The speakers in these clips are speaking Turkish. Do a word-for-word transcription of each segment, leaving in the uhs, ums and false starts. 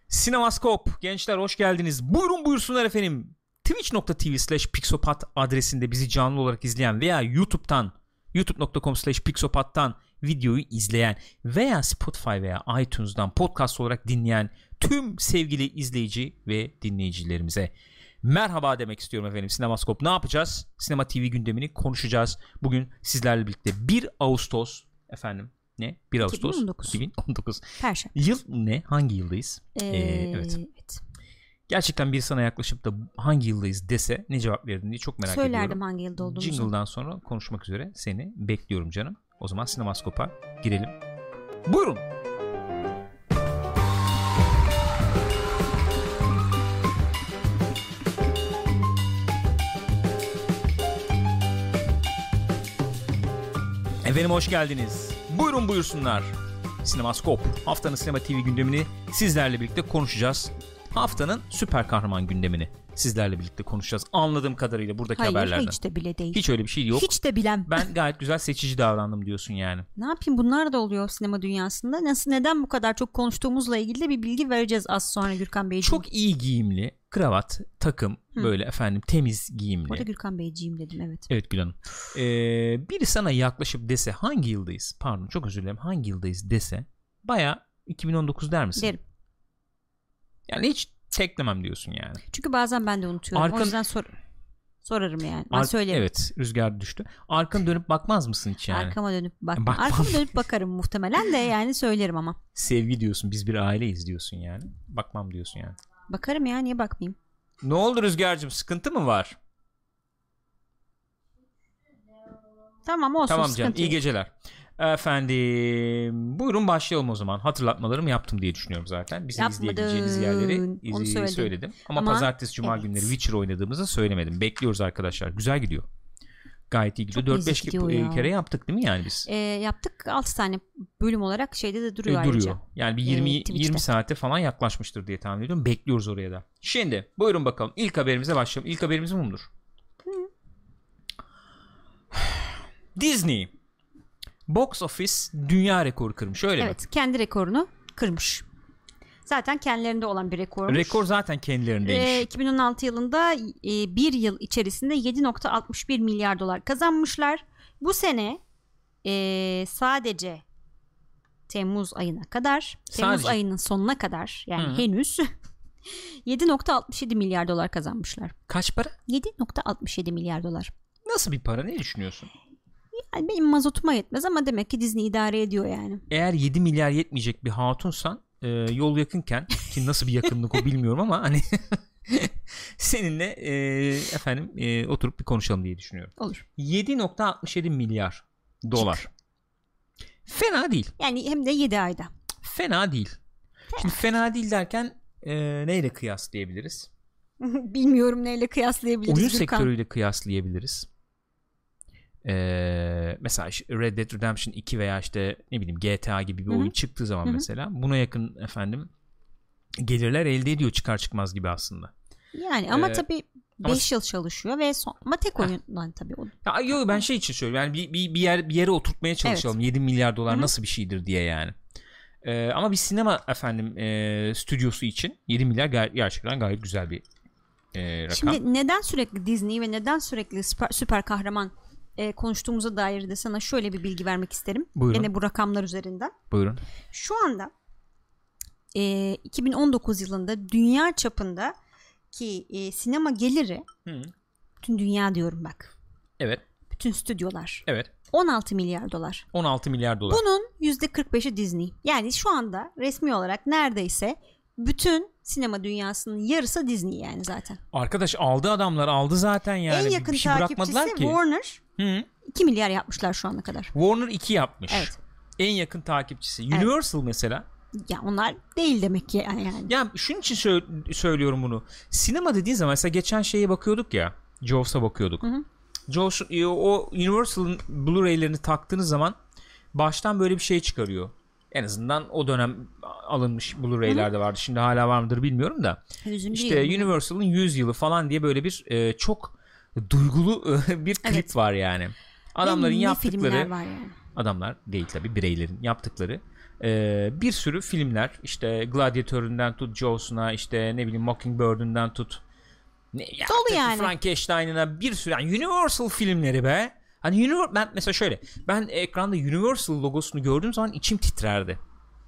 Sinemaskop gençler hoş geldiniz. Buyurun buyursunlar efendim. Twitch.tv slash Pixopat adresinde bizi canlı olarak izleyen veya YouTube'dan youtube nokta com slash Pixopat'tan videoyu izleyen veya Spotify veya iTunes'dan podcast olarak dinleyen tüm sevgili izleyici ve dinleyicilerimize merhaba demek istiyorum efendim. Sinemaskop ne yapacağız? Sinema T V gündemini konuşacağız. Bugün sizlerle birlikte bir Ağustos efendim. Ne? bir Ağustos iki bin on dokuz. iki bin on dokuz. Perşembe. Yıl ne? Hangi yıldayız? Ee, Ee, evet. evet. Gerçekten bir sana yaklaşıp da hangi yıldayız dese ne cevap verdin diye çok merak Söylerdim ediyorum. Söylerdim hangi yılda olduğumuzu. Jingle'dan sonra konuşmak üzere seni bekliyorum canım. O zaman Sinemaskop'a girelim. Buyurun. Efendim hoş geldiniz. Buyurun buyursunlar. Sinemaskop. Haftanın sinema T V gündemini sizlerle birlikte konuşacağız. Haftanın süper kahraman gündemini sizlerle birlikte konuşacağız. Anladığım kadarıyla buradaki Hayır, haberlerden. Hayır hiç de bile değil. Hiç öyle bir şey yok. Hiç de bilem. Ben gayet güzel seçici davrandım diyorsun yani. Ne yapayım, bunlar da oluyor sinema dünyasında. Nasıl, neden bu kadar çok konuştuğumuzla ilgili de bir bilgi vereceğiz az sonra Gürkan Beyciğim. Çok iyi giyimli, kravat, takım, Hı. böyle efendim temiz giyimli. Orada Gürkan Beyciğim dedim, evet. Evet Gül Hanım. Ee, biri sana yaklaşıp dese hangi yıldayız? Pardon çok özür dilerim. Hangi yıldayız dese baya iki bin on dokuz der misin? Derim. Yani hiç teklemem diyorsun yani. Çünkü bazen ben de unutuyorum. Arkan... O yüzden sor... sorarım yani. Ben Ar- söylerim. Evet, rüzgar düştü. Arkanı dönüp bakmaz mısın hiç yani? Arkama dönüp bakmam. Bakmam. Arkama dönüp bakarım muhtemelen de yani söylerim ama. Sevgi diyorsun, biz bir aileyiz diyorsun yani. Bakmam diyorsun yani. Bakarım ya, niye bakmayayım? Ne oldu Rüzgar'cığım, sıkıntı mı var? Tamam olsun, tamam canım, iyi geceler. Efendim buyurun başlayalım o zaman. Hatırlatmalarımı yaptım diye düşünüyorum zaten. Bizi Yapmadın. izleyebileceğiniz yerleri iz- söyledim. Ama, Ama pazartesi cuma evet. günleri Witcher oynadığımızı söylemedim. Bekliyoruz arkadaşlar. Güzel gidiyor. Gayet iyi gidiyor. dört beş ke- kere yaptık değil mi yani biz? E, yaptık altı tane bölüm olarak şeyde de duruyor e, duruyor. ayrıca. Yani bir yirmi yirmi saate falan yaklaşmıştır diye tahmin ediyorum. Bekliyoruz oraya da. Şimdi buyurun bakalım. İlk haberimize başlayalım. İlk haberimiz mi mudur? Disney Box Office dünya rekoru kırmış, öyle evet, mi? Evet, kendi rekorunu kırmış. Zaten kendilerinde olan bir rekormuş. Rekor zaten kendilerindeymiş. E, iki bin on altı yılında e, bir yıl içerisinde yedi virgül altmış bir milyar dolar kazanmışlar. Bu sene e, sadece Temmuz ayına kadar, sadece. Temmuz ayının sonuna kadar yani Hı-hı. henüz yedi virgül altmış yedi milyar dolar kazanmışlar. Kaç para? yedi virgül altmış yedi milyar dolar. Nasıl bir para, ne düşünüyorsun? Yani benim mazotuma yetmez ama demek ki Disney idare ediyor yani. Eğer yedi milyar yetmeyecek bir hatunsan e, yol yakınken, ki nasıl bir yakınlık o bilmiyorum ama hani seninle e, efendim e, oturup bir konuşalım diye düşünüyorum. Olur. yedi virgül altmış yedi milyar dolar. Çık. Fena değil. Yani hem de yedi ayda. Fena değil. Fena. Şimdi fena değil derken e, neyle kıyaslayabiliriz? Bilmiyorum neyle kıyaslayabiliriz. Oyun Gürkan. sektörüyle kıyaslayabiliriz. Ee, mesela Red Dead Redemption iki veya işte ne bileyim G T A gibi bir Hı-hı. oyun çıktığı zaman Hı-hı. mesela buna yakın efendim gelirler elde ediyor çıkar çıkmaz gibi aslında. Yani ama ee, tabii beş yıl çalışıyor ve son, ama tek oyundan tabii o. Ya yok, ben şey için söylüyorum. Yani bir bir bir yer bir yere oturtmaya çalışalım. Evet. yedi milyar dolar Hı-hı. nasıl bir şeydir diye yani. Ee, ama bir sinema efendim e, stüdyosu için yedi milyar gay- gerçekten gayet güzel bir e, rakam. Şimdi neden sürekli Disney ve neden sürekli süper, süper kahraman E, konuştuğumuza dair de sana şöyle bir bilgi vermek isterim. Buyurun. Yine bu rakamlar üzerinden. Buyurun. Şu anda e, iki bin on dokuz yılında dünya çapında ki e, sinema geliri Hı. bütün dünya diyorum bak. Evet. Bütün stüdyolar. Evet. on altı milyar dolar. on altı milyar dolar. Bunun yüzde kırk beşi Disney. Yani şu anda resmi olarak neredeyse bütün sinema dünyasının yarısı Disney yani zaten. Arkadaş aldı adamlar aldı zaten yani. En yakın bir şey takipçisi ki. Warner. Hı. iki milyar yapmışlar şu ana kadar. Warner iki yapmış. Evet. En yakın takipçisi. Universal evet. mesela. Ya onlar değil demek ki yani. Ya şunun için sö- söylüyorum bunu. Sinema dediğin zaman mesela geçen şeye bakıyorduk ya. Jaws'a bakıyorduk. Hı hı. Jaws, o Universal'ın Blu-ray'lerini taktığınız zaman baştan böyle bir şey çıkarıyor. En azından o dönem alınmış Blu-ray'lerde vardı. Şimdi hala var mıdır bilmiyorum da. Yüzüncü işte yıl Universal'ın yüz yılı falan diye böyle bir e, çok duygulu bir klip evet. var yani. Adamların ne, yaptıkları ne var yani. Adamlar değil tabii, bireylerin yaptıkları Ee, bir sürü filmler işte Gladiator'undan tut Jaws'una işte ne bileyim Mockingbird'ünden tut ne, ya, dolu yani. Frankenstein'ına bir sürü yani Universal filmleri be. Hani Universal, ben mesela şöyle ben ekranda Universal logosunu gördüğüm zaman içim titrerdi.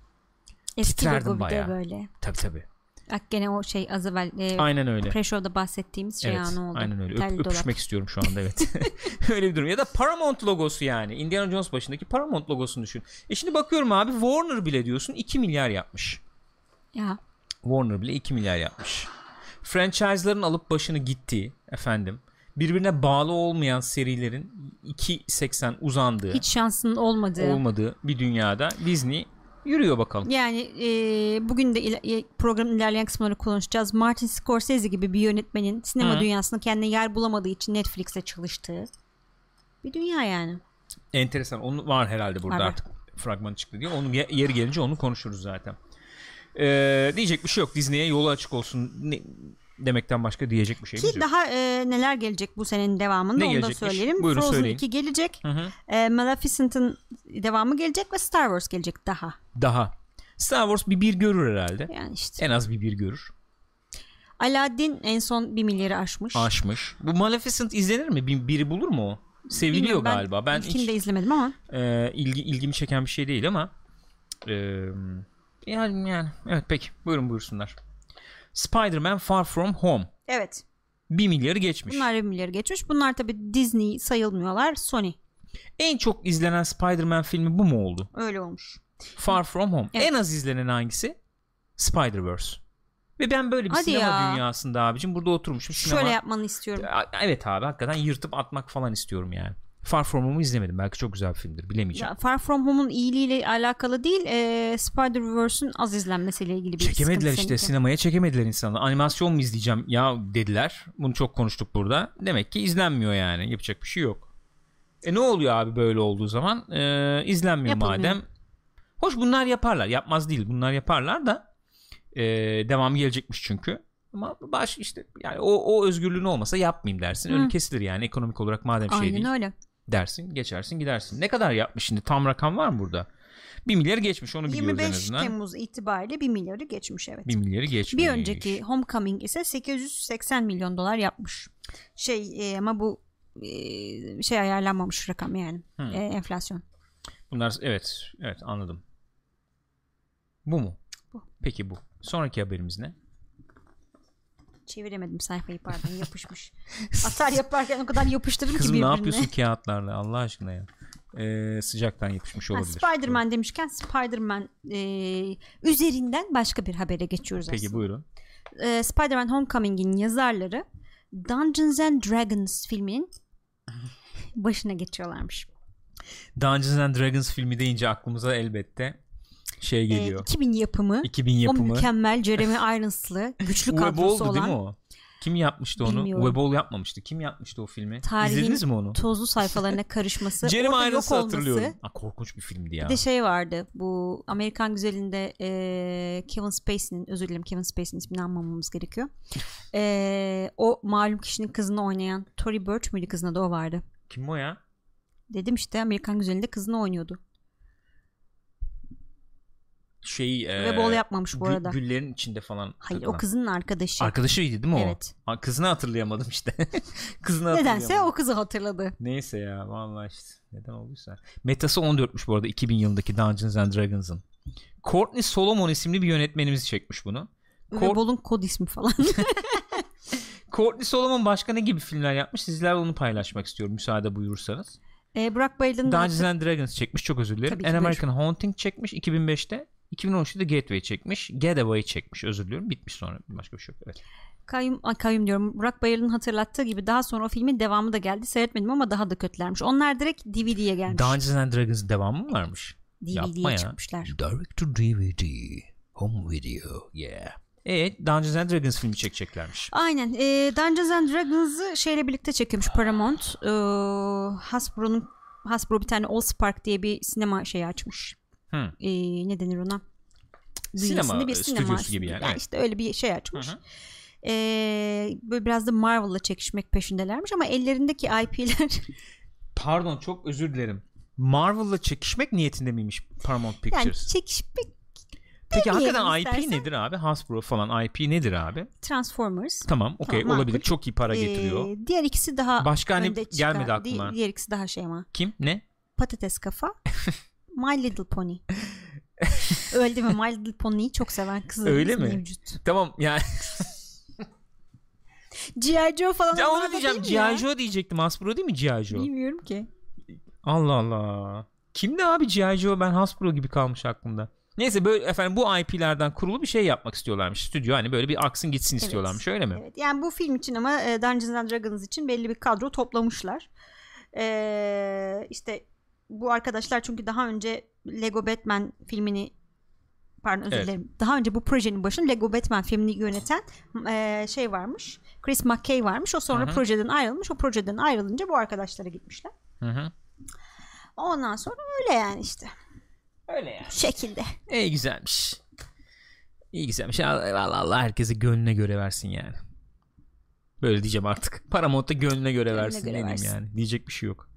Eski Titrerdim logo bir de bayağı. böyle. Tabii tabii. Bak gene o şey az evvel e, aynen öyle. Pre-show'da bahsettiğimiz şey evet, anı oldu. aynen öyle. Öp, Telli öpüşmek dolap. istiyorum şu anda evet. Öyle bir durum. Ya da Paramount logosu yani. Indiana Jones başındaki Paramount logosunu düşün. E şimdi bakıyorum abi Warner bile diyorsun iki milyar yapmış. Ya. Warner bile iki milyar yapmış. Franchise'ların alıp başını gittiği efendim birbirine bağlı olmayan serilerin iki seksen uzandığı Hiç şansının olmadığı. olmadığı bir dünyada Disney yürüyor bakalım. Yani e, bugün de il- programın ilerleyen kısımları konuşacağız. Martin Scorsese gibi bir yönetmenin sinema Hı. dünyasında kendine yer bulamadığı için Netflix'e çalıştığı bir dünya yani. Enteresan. Onu var herhalde burada var. artık fragmanı çıktı diye. Onun yeri gelince onu konuşuruz zaten. Ee, diyecek bir şey yok. Disney'e yolu açık olsun ne, demekten başka diyecek bir şeyimiz Ki yok. daha e, neler gelecek bu senenin devamında Ne onu da gelecekmiş? söyleyelim. Buyurun Frozen söyleyin. iki gelecek. Hı hı. E, Maleficent'ın devamı gelecek ve Star Wars gelecek daha. Daha. Star Wars bir bir görür herhalde. Yani işte. En az bir bir görür. Aladdin en son bir milyarı aşmış. Aşmış. Bu Maleficent izlenir mi? Bir, biri bulur mu o? Seviliyor Bilmiyorum, ben galiba. Ben ilkini hiç de izlemedim ama. e, ilgi, ilgimi çeken bir şey değil ama e, yani, yani evet peki. Buyurun buyursunlar. Spider-Man Far From Home. Evet. bir milyarı geçmiş. Bunlar bir milyarı geçmiş. Bunlar tabii Disney sayılmıyorlar. Sony. En çok izlenen Spider-Man filmi bu mu oldu? Öyle olmuş. Far From Home. Evet. En az izlenen hangisi? Spider-Verse. Ve ben böyle bir Hadi sinema ya. dünyasında abicim burada oturmuşum. Sinema... Şöyle yapmanı istiyorum. Evet abi hakikaten yırtıp atmak falan istiyorum yani. Far From Home'u izlemedim. Belki çok güzel bir filmdir. Bilemeyeceğim. Ya, Far From Home'un iyiliğiyle alakalı değil, e, Spider-Verse'ün az izlenmesiyle ilgili bir Çekemediler işte seninki. sinemaya çekemediler insanlar. Animasyon mu izleyeceğim ya dediler. Bunu çok konuştuk burada. Demek ki izlenmiyor yani. Yapacak bir şey yok. E ne oluyor abi böyle olduğu zaman? Ee, izlenmiyor Yapılmıyor. madem. Hoş bunlar yaparlar. Yapmaz değil. Bunlar yaparlar da e, devamı gelecekmiş çünkü. Ama baş işte yani o, o özgürlüğün olmasa yapmayayım dersin. Hı. Önü kesilir yani ekonomik olarak madem şey Aynen değil. öyle. Dersin geçersin gidersin. Ne kadar yapmış şimdi? Tam rakam var mı burada? Bir milyarı geçmiş onu biliyoruz yirmi en beş azından. Temmuz itibariyle bir milyarı geçmiş evet. Bir milyarı geçmiş. Bir önceki Homecoming ise sekiz yüz seksen milyon dolar yapmış. Şey e, ama bu e, şey ayarlanmamış rakam yani. Hmm. E, enflasyon. Bunlar evet evet anladım. Bu mu? Bu. Peki bu. Sonraki haberimiz ne? Çeviremedim sayfayı pardon yapışmış. Atar yaparken o kadar yapıştırırım ki Kızım birbirine. ne yapıyorsun kağıtlarla Allah aşkına ya. Ee, sıcaktan yapışmış Ha, olabilir. Spider-Man demişken Spider-Man e, üzerinden başka bir habere geçiyoruz Peki aslında. buyurun. E, Spider-Man Homecoming'in yazarları Dungeons and Dragons filminin başına geçiyorlarmış. Dungeons and Dragons filmi deyince aklımıza elbette şey geliyor. E, iki bin yapımı. iki bin yapımı. O mükemmel Jeremy Irons'lı güçlü Webol kadrosu değil mi olan o? Kim yapmıştı onu? Bilmiyorum. Webol yapmamıştı. Kim yapmıştı o filmi? tarihin İzlediniz mi onu? tozlu sayfalarına karışması, Jeremy orada yok Irons'ı olması. hatırlıyorum. Aa, korkunç bir filmdi ya. Bir de şey vardı bu Amerikan Güzeli'nde e, Kevin Spacey'nin özür dilerim Kevin Spacey'nin ismini anmamamız gerekiyor. E, o malum kişinin kızını oynayan Tory Burch müydü kızın adı o vardı. Kim o ya? Dedim işte Amerikan Güzeli'nde kızını oynuyordu. Şey Ve e, bol yapmamış bu gü- arada. Güllerin içinde falan. Hayır takılan. o kızının arkadaşı. Arkadaşıydı değil mi o? Evet. Ha, kızını hatırlayamadım işte. Kızını Nedense hatırlayamadım. o kızı hatırladı. Neyse ya vallahi işte neden olduysa. Metası on dörtmüş bu arada iki bin yılındaki Dungeons and Dragons'ın. Courtney Solomon isimli bir yönetmenimiz çekmiş bunu. Ve Cor- Bol'un kod ismi falan. Courtney Solomon başka ne gibi filmler yapmış? Sizlerle onu paylaşmak istiyorum müsaade buyurursanız. e, Burak Bayıl'ın Dungeons and Dragons çekmiş çok özür dilerim. Tabii ki, An buyur. American Haunting çekmiş iki bin beşte. iki bin on üçte The Gateway çekmiş. Getaway çekmiş özür diliyorum. Bitmiş sonra başka bir şey yok. Evet. Kayyum, ay, kayyum diyorum. Burak Bayır'ın hatırlattığı gibi daha sonra o filmin devamı da geldi. Seyretmedim ama daha da kötülermiş. Onlar direkt D V D'ye gelmiş. Dungeons and Dragons'ın devamı mı varmış? D V Yapma D'ye ya. çıkmışlar. Direct to D V D. Home video. Yeah. Evet Dungeons and Dragons filmi çekeceklermiş. Aynen. E, Dungeons and Dragons'ı şeyle birlikte çekiyormuş Paramount. E, Hasbro'nun Hasbro bir tane Allspark diye bir sinema şeyi açmış. Hmm. E, ne denir ona? Sinema Bünyesinde bir stüdyosu gibi yani, evet. işte öyle bir şey açmış. Hı hı. E, böyle biraz da Marvel'la çekişmek peşindelermiş ama ellerindeki I P'ler Pardon çok özür dilerim. Marvel'la çekişmek niyetinde miymiş Paramount Pictures? Yani çekişmek. Peki hakikaten istersen. I P nedir abi? Hasbro falan I P nedir abi? Transformers. Tamam, okey, tamam, olabilir. makul. Çok iyi para getiriyor. Ee, diğer ikisi daha başka hani önde çıkar. gelmedi aklıma. Di- diğer ikisi daha şey ama. Kim? Ne? Patates kafa. My Little Pony. Öyle mi? My Little Pony'yi çok seven kızlarımız Öyle mi? mevcut. Tamam yani. G I. Joe falan. Ya onu diyeceğim. G I. Joe diyecektim. Hasbro değil mi G I. Joe? Bilmiyorum ki. Allah Allah. Kimdi abi G I. Joe? Ben Hasbro gibi kalmış aklımda. Neyse böyle efendim bu I P'lerden kurulu bir şey yapmak istiyorlarmış. Stüdyo hani böyle bir aksın gitsin evet. istiyorlarmış, öyle mi? Evet. Yani bu film için ama Dungeons and Dragons için belli bir kadro toplamışlar. Ee, işte bu arkadaşlar çünkü daha önce Lego Batman filmini pardon özür dilerim. Evet. Daha önce bu projenin başında Lego Batman filmini yöneten e, şey varmış. Chris McKay varmış. O sonra Hı-hı. projeden ayrılmış. O projeden ayrılınca bu arkadaşlara gitmişler. Hı-hı. Ondan sonra öyle yani işte. Öyle yani. Şekilde. İyi güzelmiş. İyi güzelmiş. Allah Allah herkese gönlüne göre versin yani. Böyle diyeceğim artık. Paramount'ta gönlüne göre gönlüne versin. Göre versin. Yani. Diyecek bir şey yok.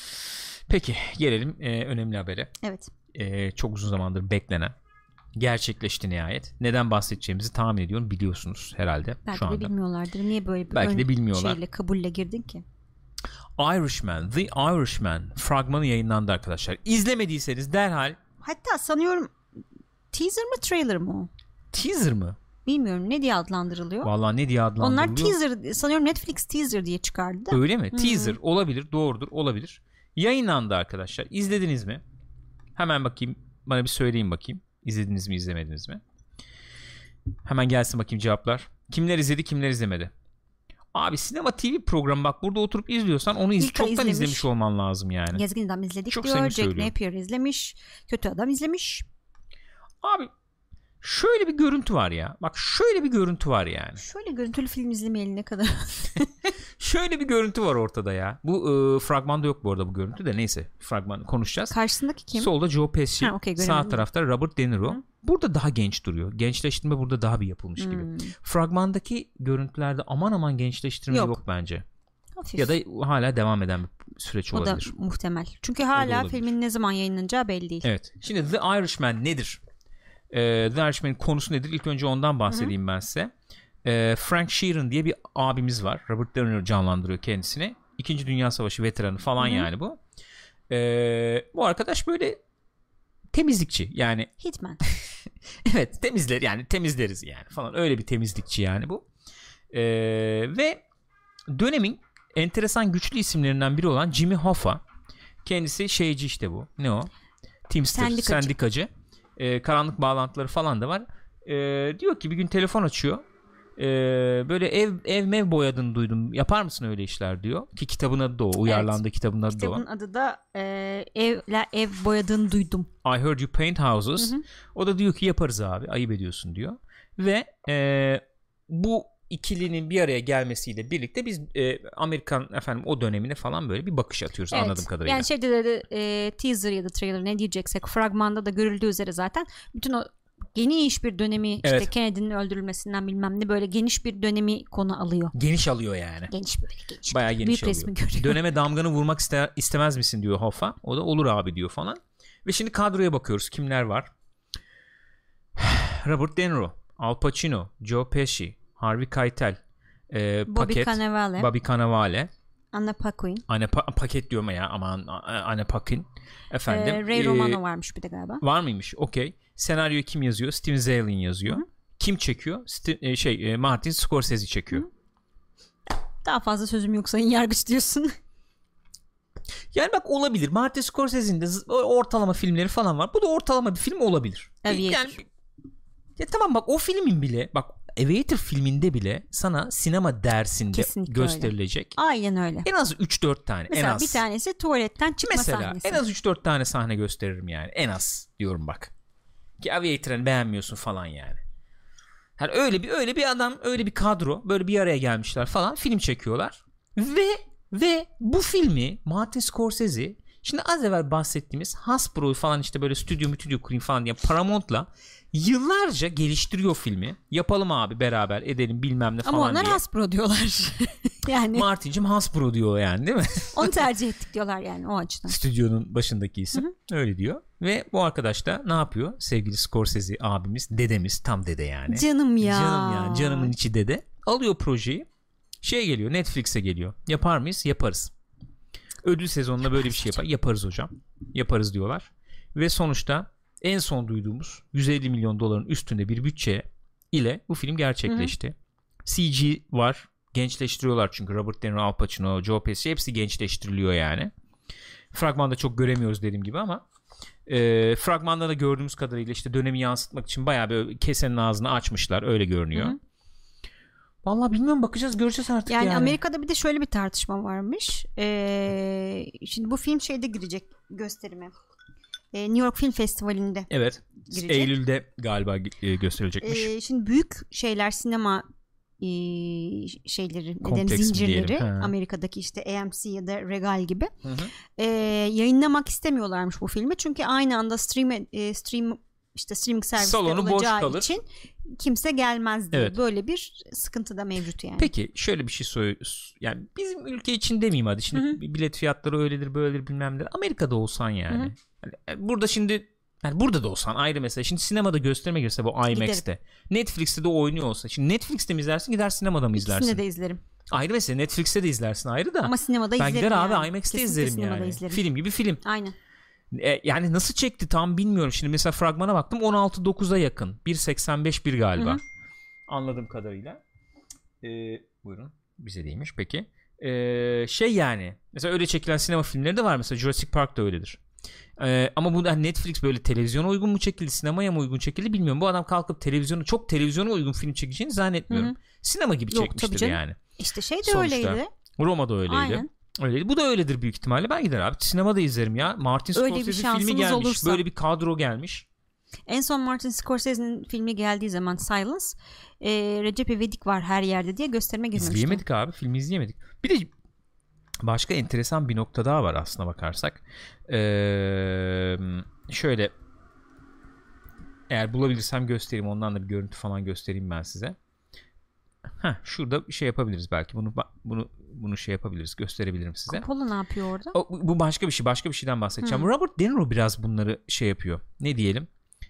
Peki gelelim e, önemli habere. Evet. E, çok uzun zamandır beklenen. Gerçekleşti nihayet. Neden bahsedeceğimizi tahmin ediyorum. Biliyorsunuz herhalde belki şu anda. Belki de bilmiyorlardır. Niye böyle bir belki de bilmiyorlar. şeyle kabulle girdin ki? Irishman, The Irishman fragmanı yayınlandı arkadaşlar. İzlemediyseniz derhal. Hatta sanıyorum teaser mı trailer mı o? Teaser mı? Bilmiyorum ne diye adlandırılıyor. Vallahi ne diye adlandırılıyor? Onlar teaser sanıyorum, Netflix teaser diye çıkardı. Öyle mi? Hmm. Teaser olabilir, doğrudur, olabilir. Yayınlandı arkadaşlar. İzlediniz mi? Hemen bakayım, bana bir söyleyin bakayım. İzlediniz mi, izlemediniz mi? Hemen gelsin bakayım cevaplar. Kimler izledi, kimler izlemedi? Abi sinema T V programı bak, burada oturup izliyorsan onu iz- çoktan izlemiş. izlemiş olman lazım yani. Gezgin Adam izledik çok diyor. Jack söylüyor. Napier izlemiş. Kötü Adam izlemiş. Abi şöyle bir görüntü var ya. Bak şöyle bir görüntü var yani. Şöyle görüntülü film izlemeyeli ne kadar. Şöyle bir görüntü var ortada ya. Bu e, fragmanda yok bu arada bu görüntü de, neyse fragmanı konuşacağız. Karşısındaki kim? Solda Joe Pesci. Ha, okay, sağ tarafta Robert De Niro. Hı. Burada daha genç duruyor. Gençleştirme burada daha bir yapılmış hmm. gibi. Fragmandaki görüntülerde aman aman gençleştirme yok, yok bence. Hafif. Ya da hala devam eden bir süreç o olabilir. O da muhtemel. Çünkü hala filmin ne zaman yayınlanacağı belli değil. Evet. Şimdi The Irishman nedir? Ee, The Irishman'in konusu nedir? İlk önce ondan bahsedeyim Hı-hı. ben size. Ee, Frank Sheeran diye bir abimiz var. Robert De Niro canlandırıyor kendisini. İkinci Dünya Savaşı veteranı falan Hı-hı. yani bu. Ee, bu arkadaş böyle temizlikçi yani. Hitman. Evet, temizler yani temizleriz yani falan, öyle bir temizlikçi yani bu. Ee, ve dönemin enteresan güçlü isimlerinden biri olan Jimmy Hoffa, kendisi şeyci işte bu. Ne o? Teamster, sendikacı. sendikacı. Ee, karanlık bağlantıları falan da var. Ee, diyor ki bir gün telefon açıyor. Ee, böyle ev ev mev boyadığını duydum. Yapar mısın öyle işler diyor. Ki kitabın adı da o. Uyarlandığı evet. kitabın adı kitabın da o. Kitabın adı da e, evler ev boyadığını duydum. I heard you paint houses. Hı hı. O da diyor ki yaparız abi. Ayıp ediyorsun diyor. Ve e, bu ikilinin bir araya gelmesiyle birlikte biz e, Amerikan efendim o dönemine falan böyle bir bakış atıyoruz evet. anladığım kadarıyla. Yani şeyde de e, teaser ya da trailer ne diyeceksek fragmanda da görüldüğü üzere zaten bütün o geniş bir dönemi işte evet. Kennedy'nin öldürülmesinden bilmem ne böyle geniş bir dönemi konu alıyor. Geniş alıyor yani. Geniş böyle geniş. Bayağı geniş büyük alıyor. Resmi görüyor. Döneme damganı vurmak iste, istemez misin diyor Hoffa. O da olur abi diyor falan. Ve şimdi kadroya bakıyoruz. Kimler var? Robert De Niro, Al Pacino, Joe Pesci, Harvey Keitel, e, Bobby Paket, Cannavale, Bobby Cannavale, Anna Paquin, Anna pa- Paket diyorum ya aman Anna Paquin efendim. Ee, Ray Romano ee, varmış bir de galiba. Var mıymış? Okey. Senaryoyu kim yazıyor? Steven Zaillian yazıyor. Hı-hı. Kim çekiyor? St- şey Martin Scorsese çekiyor. Hı-hı. Daha fazla sözüm yok sayın yargıç diyorsun. Yani bak olabilir. Martin Scorsese'nin de ortalama filmleri falan var. Bu da ortalama bir film olabilir. Aviator. Yani ya tamam bak o filmin bile bak Aviator filminde bile sana sinema dersinde kesinlikle gösterilecek. Öyle. Aynen öyle. En az üç dört tane. Mesela en az. bir tanesi tuvaletten çıkma Mesela, sahnesi. en az üç dört tane sahne gösteririm yani. En az diyorum bak. Ki Aviator'ı beğenmiyorsun falan yani. Yani öyle bir öyle bir adam, öyle bir kadro böyle bir araya gelmişler falan, film çekiyorlar. Ve ve bu filmi Martin Scorsese, şimdi az evvel bahsettiğimiz Hasbro'yu falan işte böyle stüdyo mütüdyo kurayım falan diye Paramount'la yıllarca geliştiriyor filmi. Yapalım abi beraber edelim bilmem ne ama falan onlar diye. Hasbro diyorlar. Yani Martin'cim Hasbro diyor yani, değil mi? onu tercih ettik diyorlar yani o açıdan. Stüdyonun başındaki isim. Hı-hı. Öyle diyor. Ve bu arkadaş da ne yapıyor? Sevgili Scorsese abimiz, dedemiz, tam dede yani. Canım ya. Canım ya. Canımın içi dede. Alıyor projeyi. Şey geliyor, Netflix'e geliyor. Yapar mıyız? Yaparız. Ödül sezonunda yaparız böyle bir şey yapar. Yaparız hocam. Yaparız diyorlar. Ve sonuçta en son duyduğumuz yüz elli milyon doların üstünde bir bütçe ile bu film gerçekleşti. Hı-hı. C G var. Gençleştiriyorlar çünkü Robert De Niro, Al Pacino, Joe Pesci hepsi gençleştiriliyor yani. Fragmanda çok göremiyoruz dediğim gibi ama e, fragmanda da gördüğümüz kadarıyla işte dönemi yansıtmak için bayağı bir kesenin ağzını açmışlar, öyle görünüyor. Hı-hı. Vallahi bilmiyorum, bakacağız, göreceğiz artık yani. Yani Amerika'da bir de şöyle bir tartışma varmış. Ee, şimdi bu film şeyde girecek gösterime. Ee, New York Film Festivali'nde. Evet. Girecek. Eylül'de galiba e, gösterilecekmiş. Ee, şimdi büyük şeyler, sinema e, şeyleri, neden zincirleri, Amerika'daki işte A M C ya da Regal gibi e, yayınlamak istemiyorlarmış bu filmi. Çünkü aynı anda stream e, stream işte streaming servisleri olacağı için kimse gelmez diye. Evet. Böyle bir sıkıntı da mevcut yani. Peki şöyle bir şey söylüyoruz. Yani bizim ülke için demeyeyim hadi. Şimdi Hı-hı. bilet fiyatları öyledir böyledir bilmem ne. Amerika'da olsan yani. yani. Burada şimdi yani burada da olsan ayrı mesele. Şimdi sinemada gösterime girse bu IMAX'te. Giderim. Netflix'te de oynuyor olsa. Şimdi Netflix'te mi izlersin, gider sinemada mı izlersin? İkisini de izlerim. Ayrı mesele. Netflix'te de izlersin ayrı da. Ama sinemada ben izlerim. Ben gider yani. abi IMAX'te Kesinlikle izlerim yani. Izlerim. Film gibi film. Aynen. E, yani nasıl çekti tam bilmiyorum. Şimdi mesela fragmana baktım, on altı dokuza yakın. bir seksen beş bir galiba. Hı-hı. Anladığım kadarıyla. Ee, buyurun. Bize değilmiş peki. Ee, şey yani. Mesela öyle çekilen sinema filmleri de var. Mesela Jurassic Park da öyledir. Ee, ama bu Netflix böyle televizyona uygun mu çekildi, sinemaya mı uygun çekildi bilmiyorum. Bu adam kalkıp televizyonu, çok televizyona uygun film çekeceğini zannetmiyorum. Hı-hı. Sinema gibi Yok, çekmiştir yani. İşte şey de Sonuçta, öyleydi. Roma'da öyleydi. Aynen. Öyleydi. Bu da öyledir büyük ihtimalle. Ben gider abi sinemada izlerim ya. Martin Scorsese filmi gelmiş. Olursa. Böyle bir kadro gelmiş. En son Martin Scorsese'nin filmi geldiği zaman Silence, e, Recep İvedik var her yerde diye gösterime girmemişti. İzleyemedik abi. Filmi izleyemedik. Bir de başka enteresan bir nokta daha var aslına bakarsak. Ee, şöyle eğer bulabilirsem göstereyim. Ondan da bir görüntü falan göstereyim ben size. Heh, şurada bir şey yapabiliriz belki. Bunu bunu bunu şey yapabiliriz. Gösterebilirim size. Coppola ne yapıyor orada? O, bu başka bir şey. Başka bir şeyden bahsedeceğim. Hı. Robert De Niro biraz bunları şey yapıyor. Ne diyelim?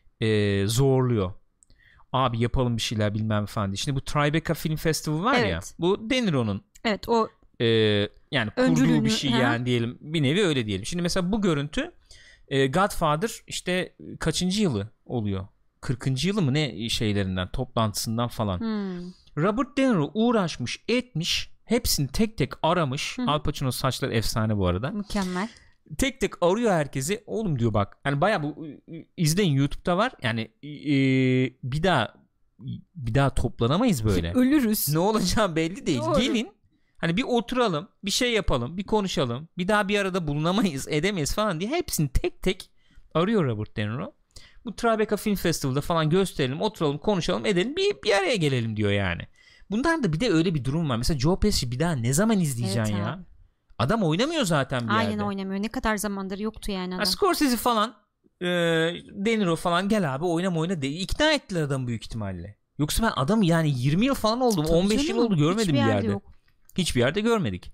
Ee, zorluyor. Abi yapalım bir şeyler bilmem falan diye. Şimdi bu Tribeca Film Festival var evet. ya. Bu De Niro'nun evet, o e, yani kurduğu bir şey yani ha. diyelim. Bir nevi öyle diyelim. Şimdi mesela bu görüntü e, Godfather işte kaçıncı yılı oluyor? kırkıncı yılı mı ne şeylerinden, toplantısından falan. Hmm. Robert De Niro uğraşmış, etmiş. Hepsini tek tek aramış. Hı. Al Pacino saçları efsane bu arada. Mükemmel. Tek tek arıyor herkesi. Oğlum diyor bak. Yani bayağı bu izleyin, YouTube'da var. Yani e, bir daha bir daha toplanamayız böyle. Ölürüz. Ne olacağı belli değil. Doğru. Gelin. Hani bir oturalım, bir şey yapalım, bir konuşalım. Bir daha bir arada bulunamayız, edemeyiz falan diye hepsini tek tek arıyor Robert De Niro. Bu Tribeca Film Festival'da falan gösterelim, oturalım, konuşalım, edelim, bir, bir araya gelelim diyor yani. Bundan da bir de öyle bir durum var. Mesela Joe Pesci bir daha ne zaman izleyeceksin evet, ya? Abi. Adam oynamıyor zaten bir Aynen yerde. Aynen oynamıyor. Ne kadar zamandır yoktu yani adam. Ha, Scorsese falan, e, De Niro falan gel abi oynama oyna de. İkna ettiler adamı büyük ihtimalle. Yoksa ben adamı yani yirmi yıl falan oldu, on beş yıl oldu görmedim Hiçbir bir yerde. yerde. Yok. Hiçbir yerde görmedik.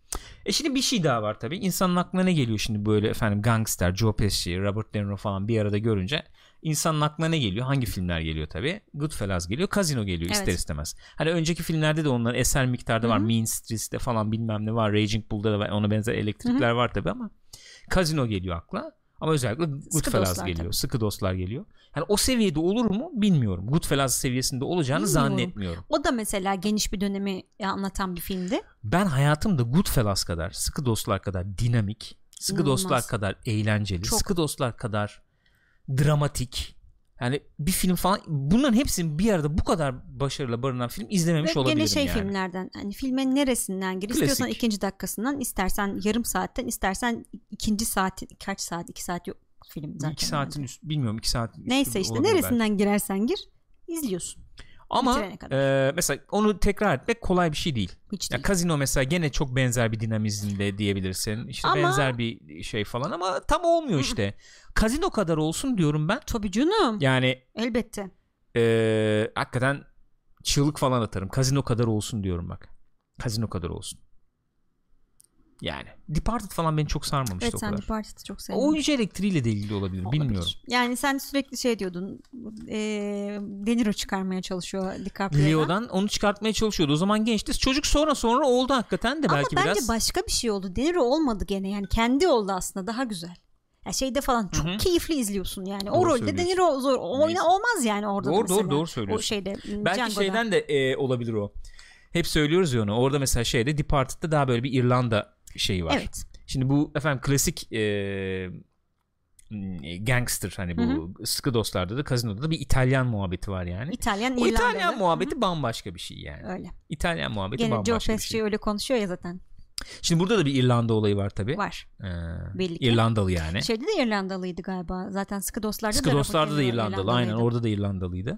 E şimdi bir şey daha var tabii. İnsanın aklına ne geliyor şimdi böyle efendim gangster, Joe Pesci, Robert De Niro falan bir arada görünce insanın aklına ne geliyor? Hangi filmler geliyor tabii? Goodfellas geliyor, Casino geliyor evet. ister istemez. Hani önceki filmlerde de onların eser miktarda var. Hı-hı. Mean Streets'te falan bilmem ne var. Raging Bull'da da var. Ona benzer elektrikler Hı-hı. var tabii ama Casino geliyor akla. Ama özellikle Goodfellas geliyor. Tabii. Sıkı Dostlar geliyor. Yani o seviyede olur mu bilmiyorum. Goodfellas seviyesinde olacağını bilmiyorum. zannetmiyorum. O da mesela geniş bir dönemi anlatan bir filmdi. Ben hayatımda Goodfellas kadar, Sıkı Dostlar kadar dinamik, Sıkı İnanılmaz. Dostlar kadar eğlenceli, Çok. Sıkı Dostlar kadar dramatik, yani bir film falan, bunların hepsini bir arada bu kadar başarıyla barınan film izlememiş Ve olabilirim yani. Ve gene şey yani. filmlerden hani filmin neresinden gir, Klasik. istiyorsan ikinci dakikasından, istersen yarım saatten, istersen ikinci saatin, kaç saat, iki saat yok film zaten. iki saatin üstü, bilmiyorum iki saat üstü. Neyse işte neresinden belki. girersen gir izliyorsun. Ama e, mesela onu tekrar etmek kolay bir şey değil. Hiç ya değil. Casino mesela gene çok benzer bir dinamizmde diyebilirsin. İşte ama... benzer bir şey falan ama tam olmuyor işte. Casino kadar olsun diyorum ben. Tabii canım. Yani elbette. E, hakikaten çığlık falan atarım. Casino kadar olsun diyorum bak. Casino kadar olsun. Yani Departed falan beni çok sarmamıştı evet, o kadar. Evet, sen Departed'ı çok sevdin. Oyuncu elektriğiyle de ilgili olabilir, olabilir. Bilmiyorum. Yani sen sürekli şey diyordun. E, De Niro çıkarmaya çalışıyor DiCaprio'dan. Leo'dan onu çıkartmaya çalışıyordu. O zaman gençti. Çocuk sonra sonra oldu hakikaten de ama belki biraz. Ama biraz. bence başka bir şey oldu. De Niro olmadı gene. Yani kendi oldu aslında, daha güzel. Ya şeyde falan çok Hı-hı. keyifli izliyorsun yani. Doğru o rolde De Niro zor oyna olmaz yani orada doğru, da mesela. Doğru doğru söylüyorsun. O şeyde belki Django'da. Şeyden de e, olabilir o. Hep söylüyoruz ya onu. Orada mesela şeyde Departed'da daha böyle bir İrlanda şeyi var. Evet. Şimdi bu efendim klasik e, gangster hani bu Hı-hı. Sıkı Dostlar'da da Casino'da da bir İtalyan muhabbeti var yani. İtalyan, o İrlandalı. İtalyan muhabbeti Hı-hı. bambaşka bir şey yani. Öyle. İtalyan muhabbeti Gene bambaşka Joe bir şey. Pesci öyle konuşuyor ya zaten. Şimdi burada da bir İrlanda olayı var tabii. Var. Ee, Belli ki. İrlandalı yani. Şeyde de İrlandalıydı galiba. Zaten Sıkı Dostlar'da Sıkı da Dostlar'da da İrlandalı. İrlandalıydı. Aynen orada da İrlandalıydı.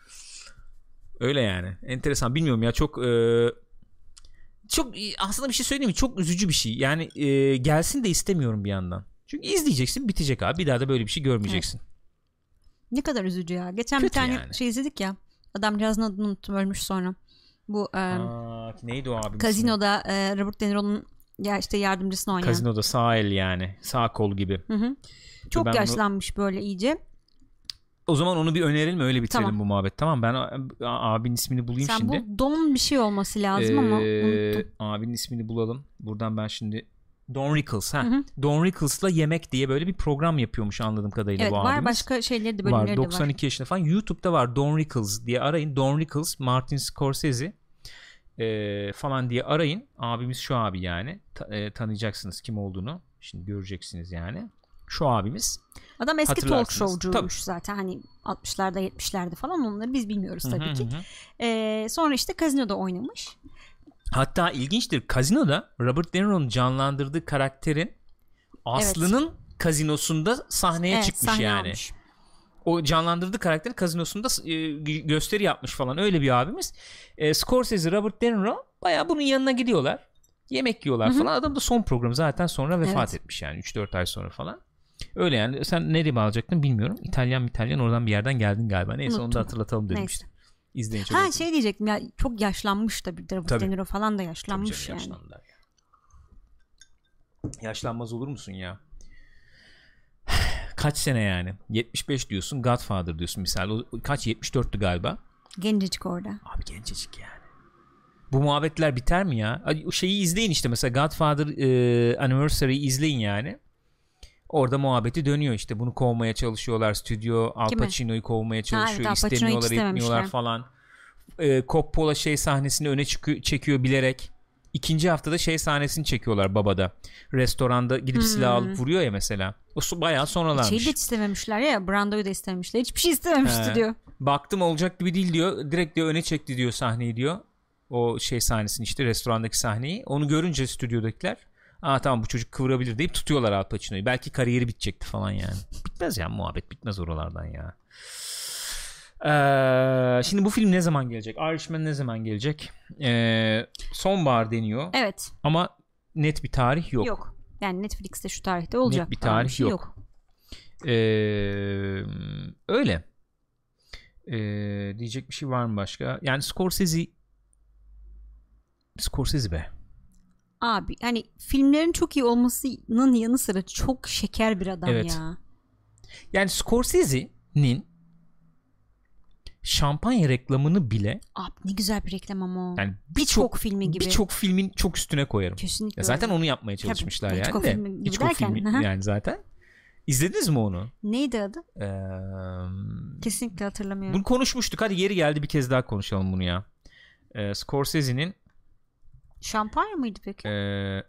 Öyle yani. Enteresan. Bilmiyorum ya çok e, çok aslında bir şey söyleyeyim mi? Çok üzücü bir şey. Yani e, gelsin de istemiyorum bir yandan. Çünkü izleyeceksin, bitecek abi. Bir daha da böyle bir şey görmeyeceksin. Evet. Ne kadar üzücü ya. Geçen Kötü bir tane yani. şey izledik ya. Adamcağızın adını unuttum, ölmüş sonra. Bu e, Aa, neydi o abimiz? Casino'da e, Robert De Niro'nun ya işte yardımcısını oynayan. Casino'da sağ el yani. Sağ kol gibi. Hı hı. Çok ben yaşlanmış onu... böyle iyice. O zaman onu bir önerelim, öyle bitirelim tamam. bu muhabbet. Tamam, ben abinin ismini bulayım Sen şimdi. Sen bu Don bir şey olması lazım ee, ama unuttum. Abinin ismini bulalım. Buradan ben şimdi Don Rickles. Ha. Hı hı. Don Rickles'la Yemek diye böyle bir program yapıyormuş anladığım kadarıyla evet, bu var, abimiz. Evet var, başka şeyleri de bölümleri var. de var. doksan iki yaşında falan. YouTube'da var Don Rickles diye arayın. Don Rickles, Martin Scorsese e, falan diye arayın. Abimiz şu abi yani. Ta, e, tanıyacaksınız kim olduğunu. Şimdi göreceksiniz yani. Şu abimiz. Adam eski talk show'cuymuş zaten, hani altmışlarda yetmişlerde falan, onları biz bilmiyoruz tabii hı hı, ki. Hı. Ee, sonra işte Casino'da oynamış. Hatta ilginçtir, Casino'da Robert De Niro'nun canlandırdığı karakterin Aslı'nın evet. Kazinosunda sahneye evet, çıkmış sahne yani. Almış. O canlandırdığı karakterin Kazinosunda e, gösteri yapmış falan, öyle bir abimiz. E, Scorsese, Robert De Niro bayağı bunun yanına gidiyorlar. Yemek yiyorlar hı hı. falan. Adam da son programı zaten sonra vefat evet. etmiş yani üç dört ay sonra falan. Öyle yani. Sen nereye bağlayacaktın bilmiyorum. İtalyan İtalyan oradan bir yerden geldin galiba. Neyse Unuttum. Onu da hatırlatalım dedim işte. İzleyin. Ha hatırladım. Şey diyecektim ya, çok yaşlanmış da bir Robert De Niro falan da yaşlanmış canım, yani. Ya. Yaşlanmaz olur musun ya? Kaç sene yani? yetmiş beş diyorsun. Godfather diyorsun misal. O kaç? yetmiş dörttü galiba. Gencecik orada. Abi gencecik yani. Bu muhabbetler biter mi ya? O şeyi izleyin işte mesela Godfather e, Anniversary'yi izleyin yani. Orada muhabbeti dönüyor işte. Bunu kovmaya çalışıyorlar. Stüdyo Al Pacino'yu kovmaya çalışıyor. Ha, evet, İstemiyorlar, etmiyorlar falan. E, Coppola şey sahnesini öne çıkıyor, çekiyor bilerek. İkinci haftada şey sahnesini çekiyorlar babada. Restoranda gidip hmm. silah alıp vuruyor ya mesela. O bayağı sonralarmış. Şeyi de istememişler ya. Brando'yu da istememişler. Hiçbir şey istememişti He. diyor. Baktım olacak gibi değil diyor. Direkt diyor öne çekti diyor sahneyi diyor. O şey sahnesini işte restorandaki sahneyi. Onu görünce stüdyodakiler, aa tamam bu çocuk kıvırabilir deyip tutuyorlar Al Pacino'yu. Belki kariyeri bitecekti falan yani. Bitmez ya, muhabbet bitmez oralardan ya. Ee, şimdi bu film ne zaman gelecek? Irishman ne zaman gelecek? Ee, sonbahar deniyor. Evet. Ama net bir tarih yok. Yok. Yani Netflix'te şu tarihte olacak. Net bir tarih bir şey yok. yok. Ee, öyle. Ee, diyecek bir şey var mı başka? Yani Scorsese Scorsese be. Abi hani filmlerin çok iyi olmasının yanı sıra çok şeker bir adam evet. ya. Yani Scorsese'nin şampanya reklamını bile, abi ne güzel bir reklam ama o. Yani birçok bir filmi gibi. Birçok filmin çok üstüne koyarım. Kesinlikle. Ya zaten onu yapmaya çalışmışlar Tabii, yani Hitchcock de. Filmi gibi Hitchcock derken, filmi yani zaten. İzlediniz mi onu? Neydi adı? Ee, Kesinlikle hatırlamıyorum. Bunu konuşmuştuk. Hadi yeri geldi bir kez daha konuşalım bunu ya. Ee, Scorsese'nin şampanya mıydı peki? Ee,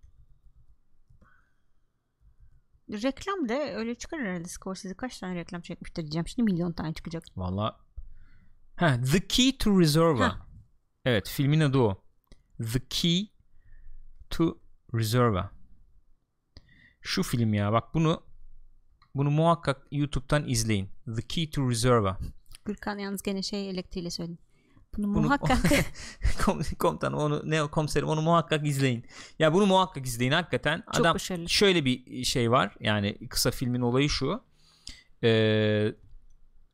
reklam da öyle çıkar herhalde. Scorsese kaç tane reklam çekmiştir diyeceğim. Şimdi milyon tane çıkacak. Valla. Ha, The Key to Reserva. Evet, filmin adı o. The Key to Reserva. Şu film ya, bak bunu bunu muhakkak YouTube'dan izleyin. The Key to Reserva. Gürkan yalnız gene şey elektriğiyle söyledi. Bunu, bunu muhakkak komutanım onu ne komiserim onu muhakkak izleyin. Ya bunu muhakkak izleyin hakikaten. Çok Adam başarılı. Şöyle bir şey var. Yani kısa filmin olayı şu. Ee,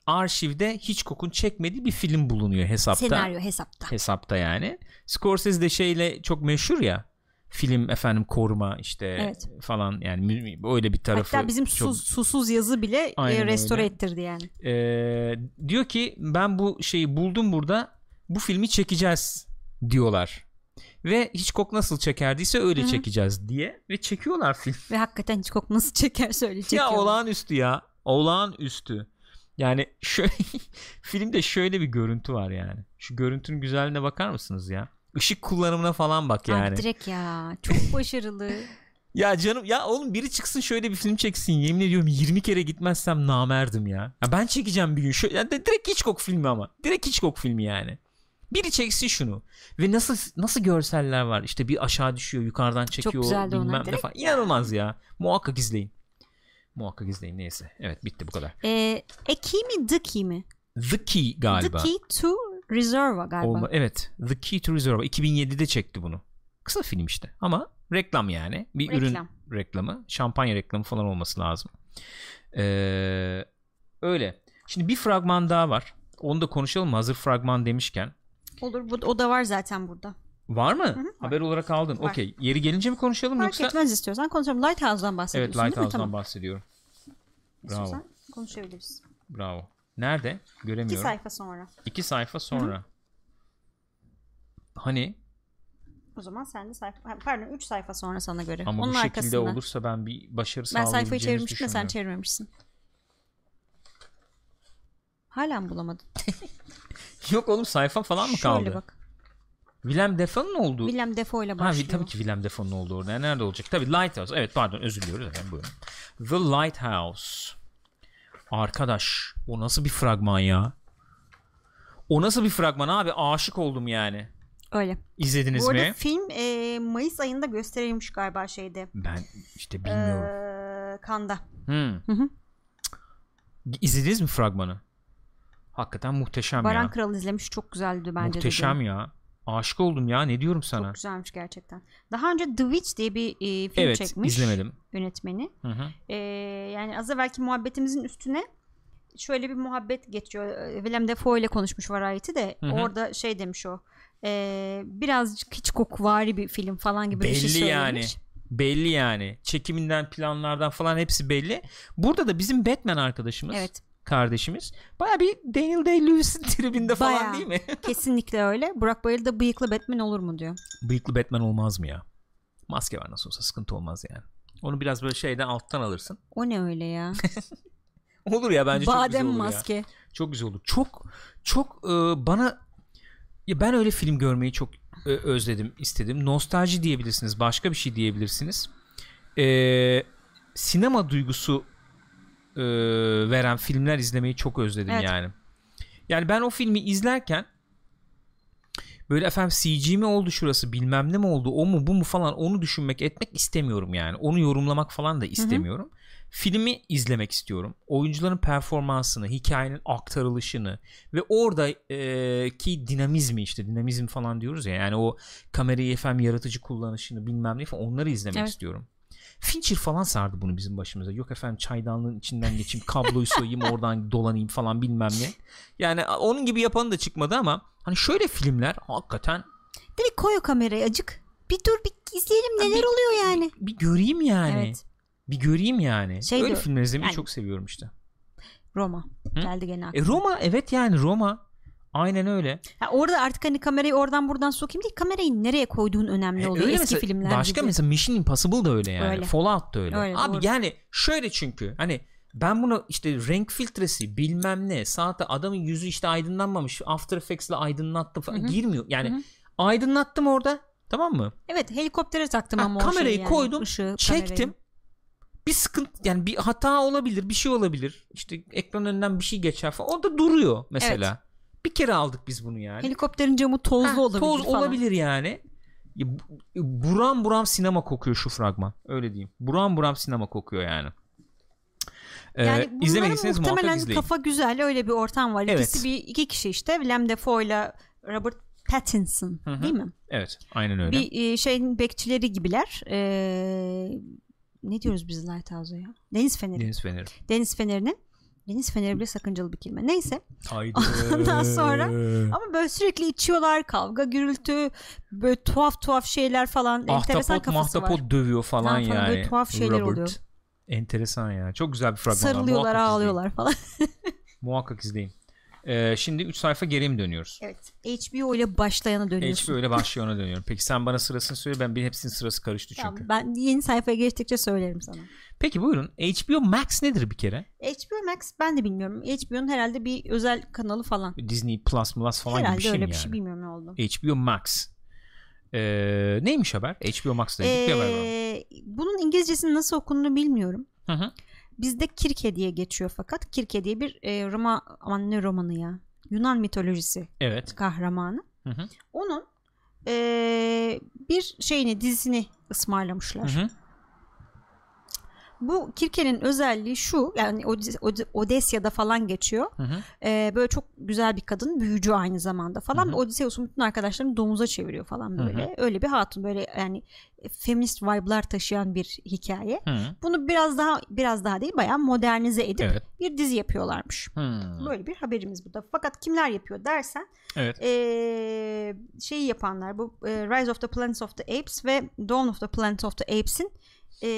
arşivde Hitchcock'un çekmediği bir film bulunuyor hesapta. Senaryo hesapta. Hesapta yani. Scorsese de şeyle çok meşhur ya. Film efendim koruma işte evet. falan yani öyle bir tarafı. Hatta bizim çok... sus, susuz yazı bile e, restore öyle. ettirdi yani. Ee, diyor ki ben bu şeyi buldum burada. Bu filmi çekeceğiz diyorlar. Ve Hitchcock nasıl çekerdiyse öyle Hı-hı. çekeceğiz diye. Ve çekiyorlar film. Ve hakikaten Hitchcock nasıl çekerse öyle çekiyorlar. Ya olağanüstü ya. Olağanüstü. Yani şöyle filmde şöyle bir görüntü var yani. Şu görüntünün güzelliğine bakar mısınız ya? Işık kullanımına falan bak yani. Abi direkt ya. Çok başarılı. Ya canım ya oğlum biri çıksın şöyle bir film çeksin. Yemin ediyorum yirmi kere gitmezsem namerdim ya. Ya ben çekeceğim bir gün. Şöyle, yani direkt Hitchcock filmi ama. Direkt Hitchcock filmi yani. Biri çeksin şunu. Ve nasıl nasıl görseller var. İşte bir aşağı düşüyor, yukarıdan çekiyor. Çok güzeldi onlar. Falan. İnanılmaz ya. Muhakkak izleyin. Muhakkak izleyin neyse. Evet bitti bu kadar. Ee, A Key mi The Key mi? The Key galiba. The Key to Reserva galiba. Olma, evet. The Key to Reserva. iki bin yedide çekti bunu. Kısa film işte. Ama reklam yani. Bir reklam. Ürün reklamı. Şampanya reklamı falan olması lazım. Ee, öyle. Şimdi bir fragman daha var. Onu da konuşalım mı? Hazır fragman demişken. Olur. Bu, o da var zaten burada. Var mı? Hı-hı, Haber var. olarak aldın. Okey. Yeri gelince mi konuşalım Fark yoksa? Fark etmez istiyorsan konuşalım. Lighthouse'dan bahsediyorsun. Evet, Lighthouse'dan tamam. bahsediyorum. Bravo. İstiyorsan konuşabiliriz. Bravo. Nerede? Göremiyorum. İki sayfa sonra. İki sayfa sonra. Hı-hı. Hani? O zaman sen de sayfa... Pardon üç sayfa sonra sana göre. Ama Onun bu şekilde arkasında. olursa ben bir başarı ben sağlayabileceğimizi sayfayı çevirmiştim de sen düşünüyorum. çevirmemişsin. Hala mı bulamadın? Yok oğlum sayfa falan mı kaldı? Şöyle bak. Willem Dafoe'nun olduğu. Willem Dafoe ile başlıyor. Ha, tabii ki Willem Dafoe'nun olduğu orada. Yani nerede olacak? Tabii Lighthouse. Evet pardon özür diliyoruz. Efendim, buyurun. The Lighthouse. Arkadaş o nasıl bir fragman ya? O nasıl bir fragman abi? Aşık oldum yani. Öyle. İzlediniz mi? Bu mi? arada film e, Mayıs ayında gösterilmiş galiba şeyde. Ben işte bilmiyorum. Ee, Cannes'da. Hmm. Hı hı. İzlediniz mi fragmanı? Hakikaten muhteşem Baran ya. Baran Kral izlemiş. Çok güzeldi bence. Muhteşem de. ya. Aşık oldum ya. Ne diyorum sana? Çok güzelmiş gerçekten. Daha önce The Witch diye bir e, film evet, çekmiş. Evet izlemedim. Yönetmeni. Hı hı. E, yani az evvelki muhabbetimizin üstüne şöyle bir muhabbet geçiyor. Willem Dafoe ile konuşmuş Variety de. Hı hı. Orada şey demiş o. E, birazcık Hitchcock-vari bir film falan gibi belli bir şey söylemiş. Yani. Belli yani. Çekiminden, planlardan falan hepsi belli. Burada da bizim Batman arkadaşımız. Evet. Kardeşimiz. Baya bir Daniel Day-Lewis'in tribinde falan Bayağı, değil mi? Kesinlikle öyle. Burak Bayır da bıyıklı Batman olur mu diyor. Bıyıklı Batman olmaz mı ya? Maske var nasıl olsa sıkıntı olmaz yani. Onu biraz böyle şeyden alttan alırsın. O ne öyle ya? Olur ya bence Badem çok güzel olur maske. ya. Çok güzel olur. Çok çok e, bana ya ben öyle film görmeyi çok e, özledim, istedim. Nostalji diyebilirsiniz, başka bir şey diyebilirsiniz. E, sinema duygusu e, veren filmler izlemeyi çok özledim evet. yani. Yani ben o filmi izlerken böyle efendim C G mi oldu şurası bilmem ne mi oldu o mu bu mu falan onu düşünmek etmek istemiyorum yani. Onu yorumlamak falan da istemiyorum. Hı hı. Filmi izlemek istiyorum. Oyuncuların performansını, hikayenin aktarılışını ve oradaki dinamizmi işte dinamizm falan diyoruz ya yani o kamerayı efendim yaratıcı kullanışını bilmem ne falan onları izlemek evet. istiyorum. Fincher falan sardı bunu bizim başımıza. Yok efendim çaydanlığın içinden geçeyim kabloyu soyayım oradan dolanayım falan bilmem ne. Yani onun gibi yapanı da çıkmadı ama hani şöyle filmler hakikaten. Direkt koy o kamerayı acık. Bir dur bir izleyelim neler bir, oluyor yani. Bir, bir göreyim yani. Evet. Bir göreyim yani. Şey öyle diyor, filmler izlemeyi yani, çok seviyorum işte. Roma. Hı? Geldi gene aklıma. E Roma evet yani Roma. Aynen öyle. Ya orada artık hani kamerayı oradan buradan sokayım değil kamerayı nereye koyduğun önemli oluyor e, eski mesela, filmler başka gibi. Mesela Mission Impossible da öyle yani. Öyle. Fallout da öyle. öyle Abi doğru. Yani şöyle çünkü hani ben bunu işte renk filtresi bilmem ne saatte adamın yüzü işte aydınlanmamış After Effects'le aydınlattım falan Hı-hı. girmiyor. Yani Hı-hı. aydınlattım orada tamam mı? Evet helikoptere taktım ha, ama kamerayı o şeyi yani. koydum Işığı, çektim. Kamerayı. Bir sıkıntı yani bir hata olabilir bir şey olabilir işte ekran önünden bir şey geçer falan o da duruyor mesela. Evet. Bir kere aldık biz bunu yani. Helikopterin camı tozlu ha, olabilir toz falan. olabilir yani. Buram buram sinema kokuyor şu fragman. Öyle diyeyim. Buram buram sinema kokuyor yani. Ee, yani izlemediyseniz muhakkak izleyin. Kafa güzel öyle bir ortam var. Evet. İkisi bir iki kişi işte Willem Dafoe ile Robert Pattinson Hı-hı. değil mi? Evet aynen öyle. Bir şeyin bekçileri gibiler. Ee, ne diyoruz biz Lighthouse'a ya? Deniz Feneri. Deniz Feneri. Deniz Feneri'nin Deniz feneri bile sakıncalı bir kelime. Neyse. Haydi. Ondan sonra ama böyle sürekli içiyorlar. Kavga, gürültü, böyle tuhaf tuhaf şeyler falan. Ahtapot, enteresan kafası mahtapot var. dövüyor falan, falan yani. Böyle tuhaf şeyler Robert. oluyor. Enteresan ya. Çok güzel bir fragman. Sarılıyorlar, ağlıyorlar falan. Muhakkak izleyin. Ee, şimdi üç sayfa geriye mi dönüyoruz? Evet. H B O ile başlayana dönüyorsun. H B O ile başlayana dönüyorum. Peki sen bana sırasını söyle. Ben bir hepsinin sırası karıştı çünkü. Tamam, ben yeni sayfaya geçtikçe söylerim sana. Peki buyurun. H B O Max nedir bir kere? H B O Max ben de bilmiyorum. H B O'nun herhalde bir özel kanalı falan. Disney Plus Plus falan herhalde gibi bir şey mi yani? Herhalde öyle yani? bir şey, bilmiyorum ne oldu. H B O Max. Ee, neymiş haber? H B O Max'la ilgili bir haber var. Ee, bunun İngilizcesinin nasıl okunduğunu bilmiyorum. Hı hı. Bizde Kirke diye geçiyor fakat. Kirke diye bir e, Roma, aman ne romanı ya? Yunan mitolojisi Evet. kahramanı. Hı hı. Onun e, bir şeyini, dizisini ısmarlamışlar. Hı hı. Bu Kirke'nin özelliği şu, yani Odesya'da falan geçiyor. Hı hı. Ee, böyle çok güzel bir kadın, büyücü aynı zamanda falan. Hı hı. Odysseus'un bütün arkadaşlarını domuza çeviriyor falan böyle. Hı hı. Öyle bir hatun, böyle yani feminist vibe'lar taşıyan bir hikaye. Hı hı. Bunu biraz daha biraz daha değil, bayağı modernize edip Evet. bir dizi yapıyorlarmış. Hı. Böyle bir haberimiz bu da. Fakat kimler yapıyor dersen, Evet. ee, şeyi yapanlar, bu e, Rise of the Planet of the Apes ve Dawn of the Planet of the Apes'in Ee,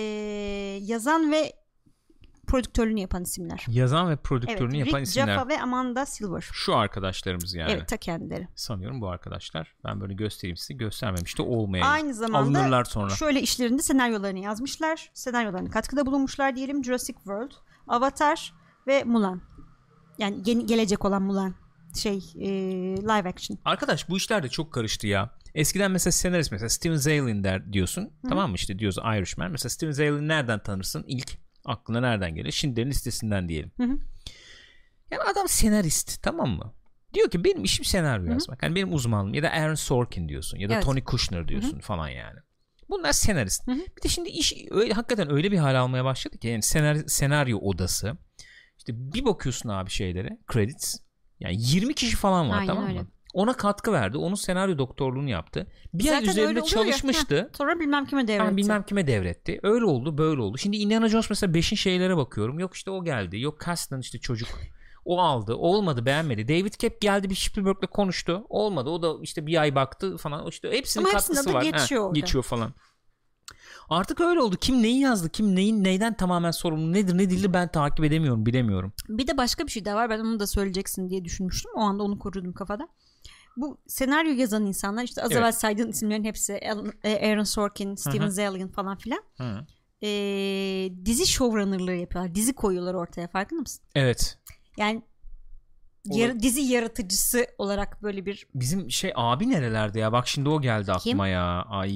yazan ve prodüktörlüğünü yapan isimler. Yazan ve prodüktörünü evet, yapan Rick isimler. Jaffa ve Amanda Silver. Şu arkadaşlarımız yani. Evet, ta kendileri. Sanıyorum bu arkadaşlar. Ben böyle göstereyim size. Göstermemiş de olmayayım. Aynı zamanda alınırlar sonra. şöyle işlerinde senaryolarını yazmışlar. Senaryolarına katkıda bulunmuşlar diyelim. Jurassic World, Avatar ve Mulan. Yani yeni gelecek olan Mulan. Şey e, live action. Arkadaş bu işler de çok karıştı ya. Eskiden mesela senarist, mesela Steven Zaillian der diyorsun. Hı-hı. Tamam mı, işte diyoruz Irishman. Mesela Steven Zaillian nereden tanırsın? İlk aklına nereden gelir? Schindler'in Listesinden diyelim. Hı-hı. Yani adam senarist, tamam mı? Diyor ki benim işim senaryo Hı-hı. yazmak. Yani benim uzmanlığım. Ya da Aaron Sorkin diyorsun. Ya da evet. Tony Kushner diyorsun Hı-hı. falan yani. Bunlar senarist. Hı-hı. Bir de şimdi iş öyle, hakikaten öyle bir hal almaya başladı ki yani senaryo, senaryo odası. İşte bir bakıyorsun abi şeylere, credits. Yani yirmi kişi falan var. Aynen tamam öyle. Mı? Ona katkı verdi. Onun senaryo doktorluğunu yaptı. Bir Zaten ay üzerinde çalışmıştı. Ya. Sonra bilmem kime devretti. Yani bilmem kime devretti. Öyle oldu, böyle oldu. Şimdi Indiana Jones mesela beşin şeylere bakıyorum. Yok işte o geldi. Yok Kastan işte çocuk. O aldı. Olmadı, beğenmedi. David Koepp geldi bir Spielberg'le konuştu. Olmadı. O da işte bir ay baktı falan. İşte hepsinin Ama katkısı var. Geçiyor, ha, geçiyor falan. Artık öyle oldu. Kim neyi yazdı, kim neyin neyden tamamen sorumlu, nedir ne değildi ben takip edemiyorum, bilemiyorum. Bir de başka bir şey daha var. Ben onu da söyleyeceksin diye düşünmüştüm. O anda onu korudum kafada. Bu senaryo yazan insanlar, işte az evet. evvel saydığın isimlerin hepsi, Aaron Sorkin, Steven Zaillian falan filan. E, dizi showrunner'lığı yapıyorlar. Dizi koyuyorlar ortaya, farkında mısın? Evet. Yani yar, dizi yaratıcısı olarak böyle bir... Bizim şey abi nerelerde ya? Bak şimdi o geldi aklıma Kim? ya. Ay...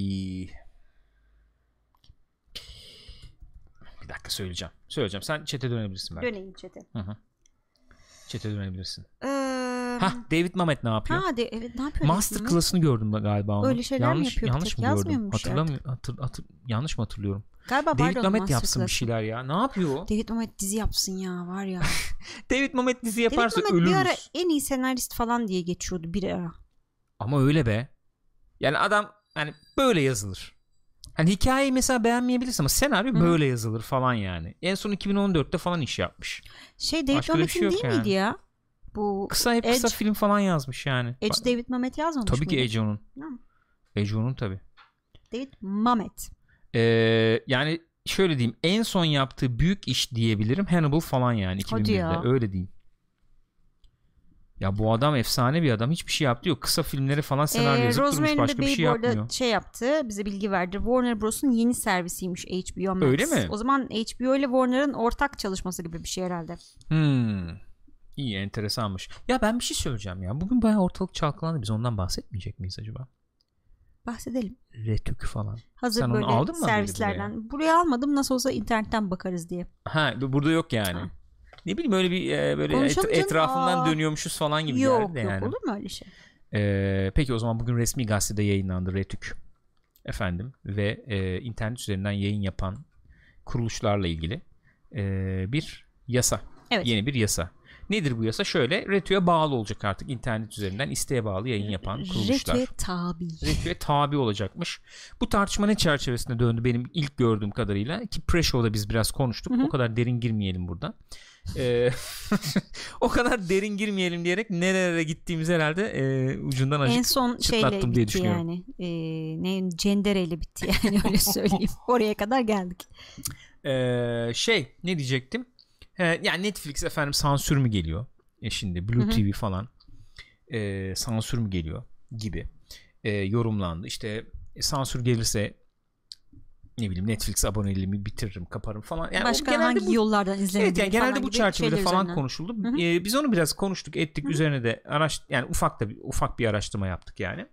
Bir dakika söyleyeceğim. Söyleyeceğim. Sen chat'e dönebilirsin belki. Döneyim chat'e. Hı hı. Chat'e dönebilirsin. Ee... Hah, David Mamet ne yapıyor? Ha, de, evet, ne yapıyor? Master class'ını gördüm galiba onu. Öyle şeyler yanlış, mi yapıyor? Yanlış mı gördüm? Hatırlamıyorum. Hatır, hatır, yanlış mı hatırlıyorum? Galiba David Mamet yapsın bir şeyler ya. Ne yapıyor? David Mamet dizi yapsın ya, var ya. David Mamet dizi yaparsa David ölürüz. Mamet bir ara en iyi senarist falan diye geçiyordu bir ara. Ama öyle be. Yani adam hani böyle yazılır. Hani hikayeyi mesela beğenmeyebilirsin ama senaryo Hı. böyle yazılır falan yani. En son iki bin on dörtte falan iş yapmış. Şey David Mamet'in şey değil yani. miydi ya? Bu kısa hep Edge, kısa film falan yazmış yani. Edge David Mamet yazmamış tabii mıydı? Tabii ki Edge onun. Edge onun tabii. David Mamet. Ee, yani şöyle diyeyim, en son yaptığı büyük iş diyebilirim Hannibal falan yani iki bin birde öyle diyeyim. Ya bu adam efsane bir adam. Hiçbir şey yaptı yok. Kısa filmleri falan senaryo ee, yazıp durmuş, başka bir şey yapmıyor. şey yaptı, bize bilgi verdi. Warner Bros'un yeni servisiymiş H B O Max. Öyle mi? O zaman H B O ile Warner'ın ortak çalışması gibi bir şey herhalde. Hmm. İyi, enteresanmış. Ya ben bir şey söyleyeceğim ya. Bugün bayağı ortalık çalkalandı. Biz ondan bahsetmeyecek miyiz acaba? Bahsedelim. Retük falan. Hazır Sen böyle onu aldın mı servislerden. Buraya? buraya almadım, nasıl olsa internetten bakarız diye. Ha, burada yok yani. Ha. Ne bileyim öyle bir e, böyle et, etrafından Aa, dönüyormuşuz falan gibi yok, geldi yani. Yok olur mu öyle şey? Ee, peki o zaman bugün resmi gazetede yayınlandı Retük. Efendim ve e, internet üzerinden yayın yapan kuruluşlarla ilgili e, bir yasa. Evet. Yeni bir yasa. Nedir bu yasa? Şöyle, R T O'ya bağlı olacak artık, internet üzerinden isteğe bağlı yayın yapan kuruluşlar. R T O'ya tabi. R T O'ya tabi olacakmış. Bu tartışma ne çerçevesinde döndü benim ilk gördüğüm kadarıyla, ki Pre-Show'da biz biraz konuştuk. Hı hı. O kadar derin girmeyelim buradan. Ee, o kadar derin girmeyelim diyerek nerelere gittiğimiz herhalde e, ucundan acık en son şeyle diye bitti yani. E, ne cendereyle bitti yani, öyle söyleyeyim. Oraya kadar geldik. Ee, şey ne diyecektim? Ee, yani Netflix efendim sansür mü geliyor? E şimdi Blue Hı-hı. T V falan e, sansür mü geliyor gibi e, yorumlandı. İşte e, sansür gelirse ne bileyim Netflix aboneliğimi bitiririm, kaparım falan. Yani başka hangi bu, yollardan izlenebilir? Evet, yani genelde bu çerçevede falan üzerinden konuşuldu. Ee, biz onu biraz konuştuk, ettik. Hı-hı. Üzerine de araş yani ufak da bir, ufak bir araştırma yaptık yani.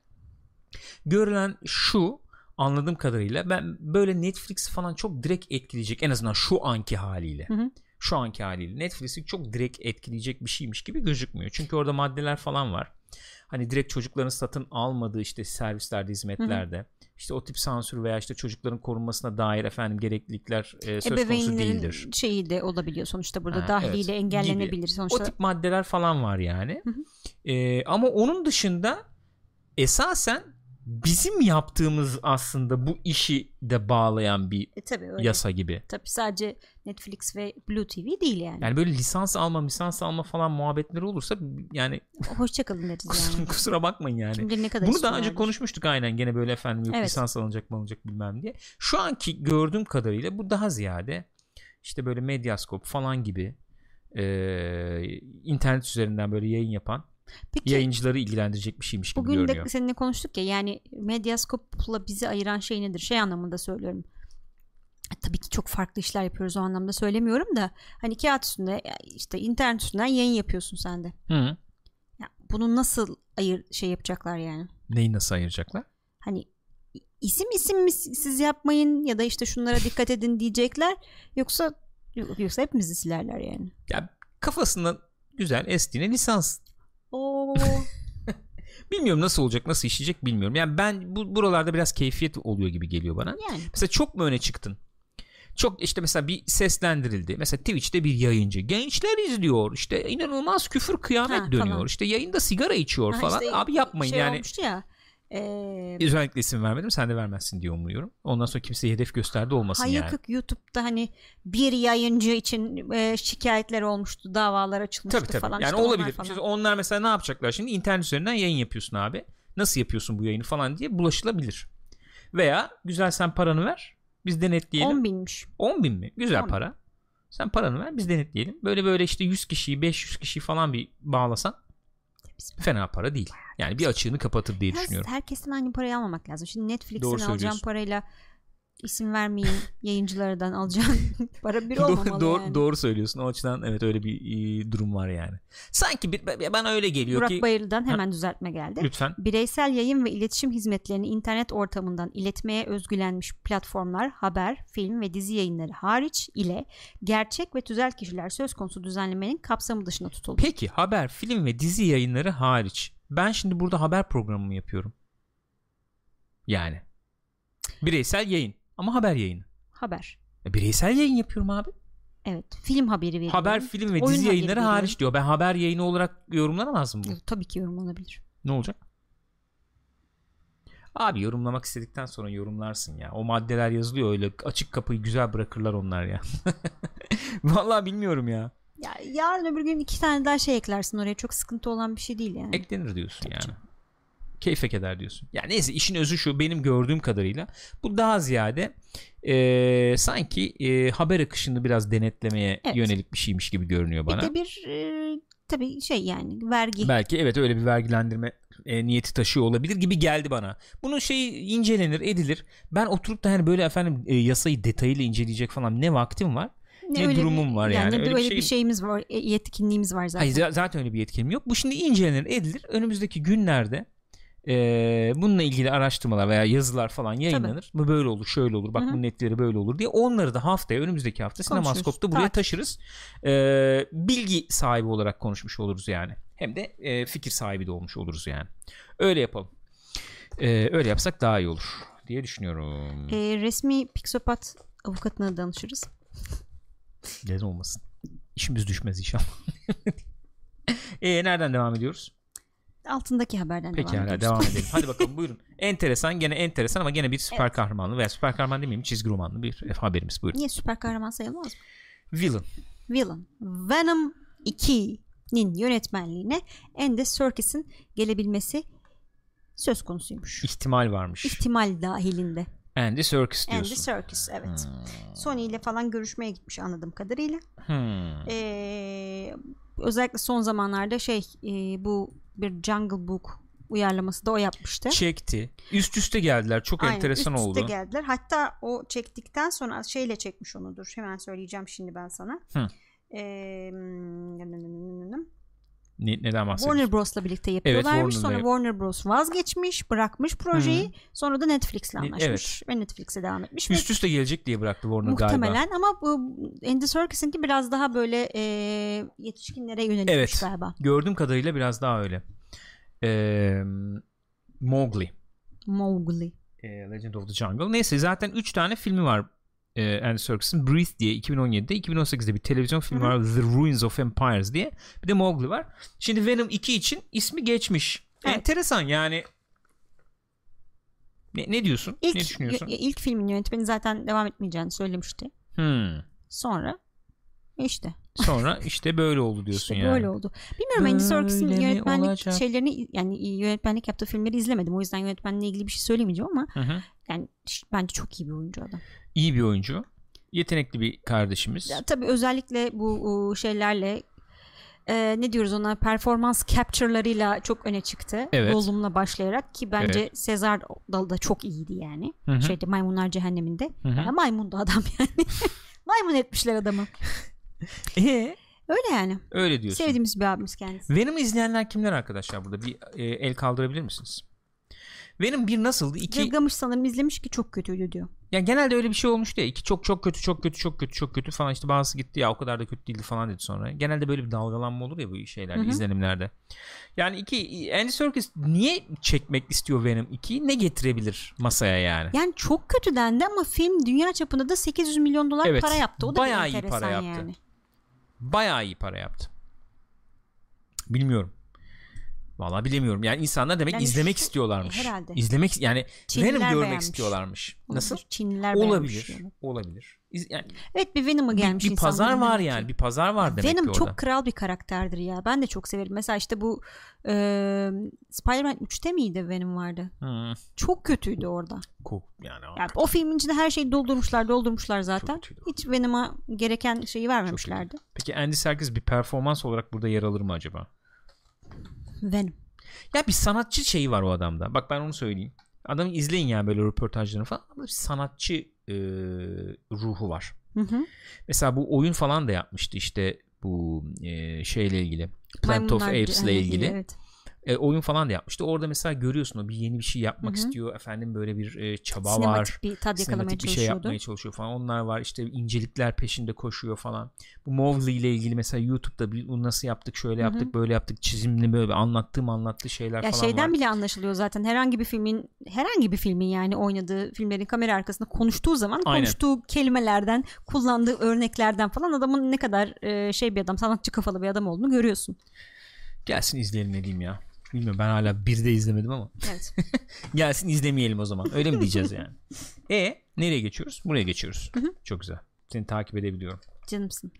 Görülen şu, anladığım kadarıyla ben böyle Netflix falan çok direkt etkileyecek, en azından şu anki haliyle. Hı-hı. Şu anki haliyle Netflix'i çok direkt etkileyecek bir şeymiş gibi gözükmüyor. Çünkü orada maddeler falan var. Hani direkt çocukların satın almadığı işte servislerde, hizmetlerde, hı hı. işte o tip sansür veya işte çocukların korunmasına dair efendim gereklilikler e, söz konusu değildir. Şeyi de olabiliyor sonuçta burada, ha, dahiliyle evet, engellenebilir gibi. Sonuçta. O tip maddeler falan var yani. Hı hı. E, ama onun dışında esasen bizim yaptığımız aslında bu işi de bağlayan bir e, tabii öyle. Yasa gibi. Tabii sadece Netflix ve Blue T V değil yani. Yani böyle lisans alma, lisans alma falan muhabbetleri olursa yani hoşçakalın deriz yani. Kusura bakmayın yani. Kim ne kadar bunu daha önce konuşmuştuk aynen, gene böyle efendim yok evet. lisans alınacak mı alınacak bilmem diye. Şu anki gördüğüm kadarıyla bu daha ziyade işte böyle Medyascope falan gibi e, internet üzerinden böyle yayın yapan Peki, yayıncıları ilgilendirecek bir şeymiş gibi bugün görünüyor. Bugün de seninle konuştuk ya, yani Medyascope'la bizi ayıran şey nedir? Şey anlamında söylüyorum. Tabii ki çok farklı işler yapıyoruz, o anlamda söylemiyorum da hani kağıt üstünde işte internet üstünden yayın yapıyorsun sen de. Hı. Ya bunu nasıl ayır şey yapacaklar yani? Neyi nasıl ayıracaklar? Hani isim isim mi siz yapmayın ya da işte şunlara dikkat edin diyecekler, yoksa yoksa hepimizi silerler yani. Ya kafasından güzel estiğine lisans. Oo. Bilmiyorum nasıl olacak, nasıl işleyecek bilmiyorum. Yani ben bu buralarda biraz keyfiyet oluyor gibi geliyor bana. Yani. Mesela çok mu öne çıktın? Çok işte mesela bir seslendirildi. Mesela Twitch'te bir yayıncı. Gençler izliyor. İşte inanılmaz küfür kıyamet ha, dönüyor. Falan. İşte yayında sigara içiyor ha, falan. Işte abi yapmayın şey yani. Olmuştu ya. Ee... Özellikle isim vermedim. Sen de vermezsin diye umuyorum. Ondan sonra kimseye hedef gösterdi olmasın Hayır, yani. Hayır, YouTube'da hani bir yayıncı için e, şikayetler olmuştu. Davalar açılmıştı tabii, tabii. falan. Yani işte olabilir. Onlar, işte onlar mesela ne yapacaklar şimdi? İnternet üzerinden yayın yapıyorsun abi. Nasıl yapıyorsun bu yayını falan diye bulaşılabilir. Veya güzel sen paranı ver. Biz denetleyelim. on binmiş. on bin mi? Güzel para. Sen paranı ver, biz denetleyelim. Böyle böyle işte yüz kişiyi, beş yüz kişiyi falan bir bağlasan fena para değil. Yani bir açığını kapatır diye Her, düşünüyorum. Herkesten aynı parayı almamak lazım. Şimdi Netflix'ten alacağım parayla isim vermeyin yayıncılardan alacağım para bir olmamalı doğru, yani. Doğru söylüyorsun. O açıdan evet, öyle bir e, durum var yani. Sanki bir, bana öyle geliyor Burak ki. Burak Bayırlı'dan hemen ha? düzeltme geldi. Lütfen. Bireysel yayın ve iletişim hizmetlerini internet ortamından iletmeye özgülenmiş platformlar, haber, film ve dizi yayınları hariç ile gerçek ve tüzel kişiler söz konusu düzenlemenin kapsamı dışında tutuldu. Peki haber, film ve dizi yayınları hariç. Ben şimdi burada haber programı yapıyorum. Yani. Bireysel yayın. Ama haber yayını. Haber. E, bireysel yayın yapıyorum abi. Evet. Film haberi veriyorum. Haber, film ve Oyun dizi yayınları hariç diyor. Ben haber yayını olarak yorumlanamaz mı bu? Evet, tabii ki yorumlanabilir. Ne olacak? Abi yorumlamak istedikten sonra yorumlarsın ya. O maddeler yazılıyor, öyle açık kapıyı güzel bırakırlar onlar ya. Vallahi bilmiyorum ya. Ya yarın öbür gün iki tane daha şey eklersin oraya. Çok sıkıntı olan bir şey değil yani. Eklenir diyorsun tabii yani. Canım. Keyfe keder diyorsun. Yani neyse, işin özü şu, benim gördüğüm kadarıyla bu daha ziyade e, sanki e, haber akışını biraz denetlemeye evet. yönelik bir şeymiş gibi görünüyor bana. Bir de bir e, tabii şey yani vergi. Belki evet, öyle bir vergilendirme e, niyeti taşıyor olabilir gibi geldi bana. Bunun şeyi incelenir edilir. Ben oturup da hani böyle efendim e, yasayı detayıyla inceleyecek falan ne vaktim var. Ne, ne durumum bir, var yani. yani öyle, öyle bir, şey... bir şeyimiz var, yetkinliğimiz var zaten. Hayır, zaten öyle bir yetkinliğim yok. Bu şimdi incelenir edilir. Önümüzdeki günlerde Ee, bununla ilgili araştırmalar veya yazılar falan yayınlanır. Tabii. Bu böyle olur, şöyle olur, bak Hı-hı. bunun netleri böyle olur diye onları da haftaya, önümüzdeki hafta Sinemaskop'ta buraya taşırız. Ee, bilgi sahibi olarak konuşmuş oluruz yani. Hem de e, fikir sahibi de olmuş oluruz yani. Öyle yapalım. Ee, öyle yapsak daha iyi olur diye düşünüyorum. Ee, resmi Pixopat avukatına danışırız. Neden olmasın? İşimiz düşmez inşallah. E nereden devam ediyoruz? Altındaki haberden Peki, devam hala ediyoruz. devam edelim. Hadi bakalım buyurun. Enteresan, gene enteresan ama gene bir süper Evet. kahramanlı veya süper kahraman demeyeyim, çizgi romanlı bir haberimiz. Buyurun. Niye süper kahraman sayılmaz mı? Villain. Villain. Venom iki'nin yönetmenliğine Andy Serkis'in gelebilmesi söz konusuymuş. İhtimal varmış. İhtimal dahilinde. Andy Serkis diyorsun. Andy Serkis, evet. Hmm. Sony ile falan görüşmeye gitmiş anladığım kadarıyla. Hmm. Ee, özellikle son zamanlarda şey e, bu bir Jungle Book uyarlaması da o yapmıştı. Çekti. Üst üste geldiler. Çok Aynen, enteresan üst oldu. üste geldiler. Hatta o çektikten sonra şeyle çekmiş onu, dur hemen söyleyeceğim şimdi ben sana. Hı. Ee, Ne, neden bahsediyorsun? Warner Bros'la birlikte yapıyorlarmış. Evet, sonra Warner'la- Warner Bros vazgeçmiş, bırakmış projeyi. Hı. Sonra da Netflix'le anlaşmış Evet. ve Netflix'e devam etmiş. Üst ve üste gelecek diye bıraktı Warner muhtemelen galiba. ama bu Andy Serkis'inki biraz daha böyle e, yetişkinlere yönelikmiş Evet. galiba. Gördüğüm kadarıyla biraz daha öyle. Ee, Mowgli. Mowgli. Ee, Legend of the Jungle. Neyse, zaten üç tane filmi var. Ee, Andy Serkis'in Breathe diye iki bin on yedide, iki bin on sekizde bir televizyon filmi Hı-hı. var, The Ruins of Empires diye. Bir de Mowgli var. Şimdi Venom iki için ismi geçmiş. Evet. Enteresan yani. Ne, ne diyorsun? İlk, ne düşünüyorsun? y- ilk filmin yönetmeni zaten devam etmeyeceğini söylemişti. Hmm. Sonra işte. Sonra işte böyle oldu diyorsun İşte yani. böyle oldu. Bilmiyorum, Andy Serkis'in Böyle mi yönetmenlik olacak? şeylerini, yani yönetmenlik yaptığı filmleri izlemedim. O yüzden yönetmenle ilgili bir şey söylemeyeceğim ama Hı hı. yani ş- bence çok iyi bir oyuncu adam. İyi bir oyuncu. Yetenekli bir kardeşimiz. Ya, tabii özellikle bu o, şeylerle e, ne diyoruz ona, performans capture'larıyla çok öne çıktı. Evet. Gollum'la başlayarak ki bence Evet. Sezar da, da çok iyiydi yani. Hı hı. Şeyde Maymunlar Cehennemi'nde. Hı hı. Ya, maymundu adam yani. Maymun etmişler adamı. Ee, Öyle yani. öyle diyorsun. Sevdiğimiz bir abimiz kendisi. Venom'u izleyenler kimler arkadaşlar burada? Bir e, el kaldırabilir misiniz? Venom bir nasıldı? İki, Gılgamış sanırım izlemiş ki çok kötüydü diyor. ya genelde öyle bir şey olmuştu ya. İki çok çok kötü, çok kötü, çok kötü, çok kötü falan, işte bazısı gitti ya o kadar da kötü değildi falan dedi sonra. Genelde böyle bir dalgalanma olur ya bu şeylerde, Hı hı. izlenimlerde. Yani iki, Andy Serkis niye çekmek istiyor Venom ikiyi? Ne getirebilir masaya yani? Yani çok kötü dendi ama film dünya çapında da sekiz yüz milyon dolar Evet, para yaptı. O da bayağı bir iyi enteresan para yaptı. yani. Bayağı iyi para yaptı. Bilmiyorum. Vallahi bilemiyorum. Yani insanlar demek Yani izlemek şu- istiyorlarmış. herhalde. İzlemek yani Çinliler Venom görmek beğenmiş. istiyorlarmış. Nasıl? Olabilir. Çinliler beğenmiş Olabilir. yani. Olabilir. İz, yani Evet, bir Venom'a bir, gelmiş bir pazar insanların var demek yani. ki. Bir pazar var demek Venom ki orada. çok kral bir karakterdir ya. Ben de çok severim. Mesela işte bu e, Spider-Man üçte miydi Venom vardı? Hmm. Çok kötüydü orada. Kok yani. Yani o filmin içinde her şeyi doldurmuşlar, doldurmuşlar zaten. kötüydü. Hiç Venom'a gereken şeyi vermemişlerdi. Peki Andy Serkis bir performans olarak burada yer alır mı acaba? Venom. Ya bir sanatçı şeyi var o adamda. Bak ben onu söyleyeyim. Adamı izleyin yani böyle röportajlarını falan. Ama bir sanatçı e, ruhu var. Hı hı. Mesela bu oyun falan da yapmıştı işte bu e, şeyle ilgili. Planet of Maymunlar Apes'le Cehennemi, ilgili. Evet. E, oyun falan da yapmıştı. Orada mesela görüyorsun o bir yeni bir şey yapmak Hı hı. istiyor. Efendim böyle bir e, çaba Sinematik var. bir tad yakalamaya Sinematik bir şey çalışıyordu. yapmaya çalışıyor falan. Onlar var. İşte incelikler peşinde koşuyor falan. Bu Mowgli ile ilgili mesela YouTube'da bir bunu nasıl yaptık, şöyle yaptık, Hı hı. böyle yaptık. Çizimli böyle anlattığım anlattığı şeyler Ya falan şeyden var. bile anlaşılıyor zaten, herhangi bir filmin herhangi bir filmin yani oynadığı filmlerin kamera arkasında konuştuğu zaman Aynen. konuştuğu kelimelerden, kullandığı örneklerden falan adamın ne kadar e, şey bir adam, sanatçı kafalı bir adam olduğunu görüyorsun. Gelsin izleyelim ne diyeyim ya. Bilmiyorum, ben hala bir de izlemedim ama. Evet. Gelsin izlemeyelim o zaman. Öyle mi diyeceğiz yani? E nereye geçiyoruz? Buraya geçiyoruz. Hı hı. Çok güzel. Seni takip edebiliyorum. Canımsın.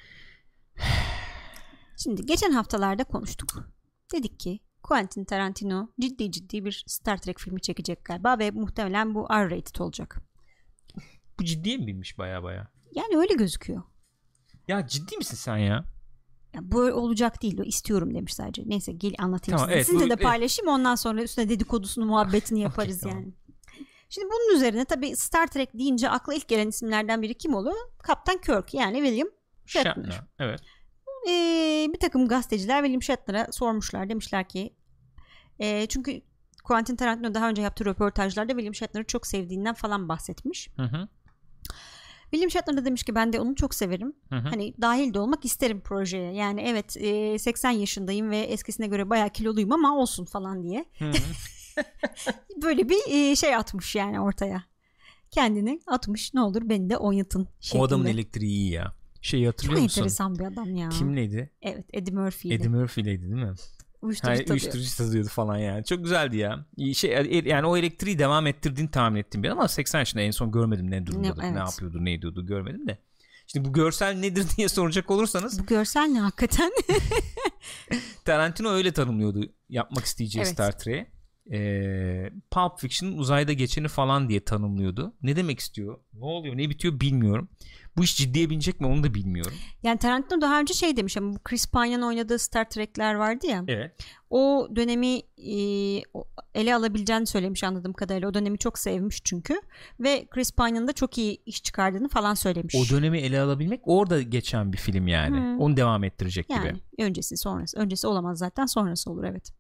Şimdi geçen haftalarda konuştuk. Dedik ki Quentin Tarantino ciddi ciddi bir Star Trek filmi çekecek galiba ve muhtemelen bu R-rated olacak. Bu ciddiye mi binmiş baya baya? Yani öyle gözüküyor. Ya ciddi misin sen ya? Ya böyle olacak değil, o istiyorum demiş sadece. Neyse gel anlatayım Tamam, size. evet, Sizinle bu- de paylaşayım, ondan sonra üstüne dedikodusunu, muhabbetini yaparız Okey, yani. tamam. Şimdi bunun üzerine tabii Star Trek deyince akla ilk gelen isimlerden biri kim oluyor? Kaptan Kirk, yani William Shatner. Shatner. Evet. Ee, bir takım gazeteciler William Shatner'a sormuşlar, demişler ki e, çünkü Quentin Tarantino daha önce yaptığı röportajlarda William Shatner'ı çok sevdiğinden falan bahsetmiş. Hı hı. William Shatner da demiş ki ben de onu çok severim. Hı hı. Hani dahil de olmak isterim projeye. Yani evet e, seksen yaşındayım ve eskisine göre bayağı kiloluyum ama olsun falan diye. Hı hı. Böyle bir e, şey atmış yani ortaya. Kendini atmış, ne olur beni de oynatın şeklinde. O adamın elektriği iyi ya. Şeyi hatırlıyor Çok musun? Çok enteresan bir adam ya. Kimleydi? Evet, Eddie Murphy'ydi. Eddie Murphy'leydi değil mi? Uyuşturucu yani, uyuşturucu tadıyordu falan yani. Çok güzeldi ya. Şey, yani o elektriği devam ettirdiğini tahmin ettim bir ama seksen yaşında en son görmedim ne durumda, ne, evet. ne yapıyordu, ne ediyordu görmedim de. Şimdi bu görsel nedir diye soracak olursanız. Bu görsel ne hakikaten? Tarantino öyle tanımlıyordu yapmak isteyeceği evet. Star Trek'i. Ee, Pulp Fiction'ın uzayda geçeni falan diye tanımlıyordu. Ne demek istiyor? Ne oluyor? Ne bitiyor bilmiyorum. Bu iş ciddiye binecek mi onu da bilmiyorum. Yani Tarantino daha önce şey demiş ama bu Chris Pine'ın oynadığı Star Trek'ler vardı ya. Evet. O dönemi e, ele alabileceğini söylemiş anladığım kadarıyla. O dönemi çok sevmiş çünkü. Ve Chris Pine'ın da çok iyi iş çıkardığını falan söylemiş. O dönemi ele alabilmek orada geçen bir film yani. Hmm. Onu devam ettirecek yani, gibi. Öncesi sonrası. Öncesi olamaz zaten, sonrası olur evet.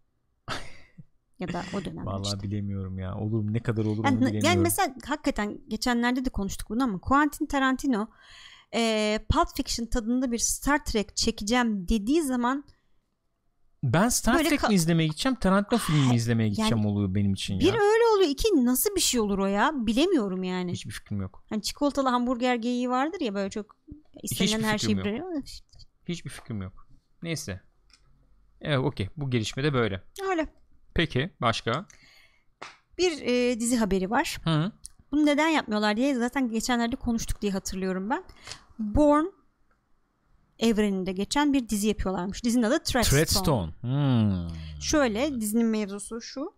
Ya da o dönem. Vallahi işte. bilemiyorum ya. Olur mu? Ne kadar olur yani, onu bilemiyorum. Yani mesela hakikaten geçenlerde de konuştuk bunu ama Quentin Tarantino e, Pulp Fiction tadında bir Star Trek çekeceğim dediği zaman ben Star Trek ka- mi izlemeye gideceğim, Tarantino filmi mi izlemeye gideceğim yani, oluyor benim için ya. Bir öyle oluyor. İki nasıl bir şey olur o ya? Bilemiyorum yani. Hiçbir fikrim yok. Hani çikolatalı hamburger geyiği vardır ya böyle çok istenilen her şeyi bir... Hiçbir fikrim yok. Neyse. Evet okey. Bu gelişme de böyle. Öyle. Peki başka? Bir e, dizi haberi var. Hı. Bunu neden yapmıyorlar diye zaten geçenlerde konuştuk diye hatırlıyorum ben. Bourne evreninde geçen bir dizi yapıyorlarmış. Dizinin adı Treadstone. Treadstone. Hmm. Şöyle dizinin mevzusu şu.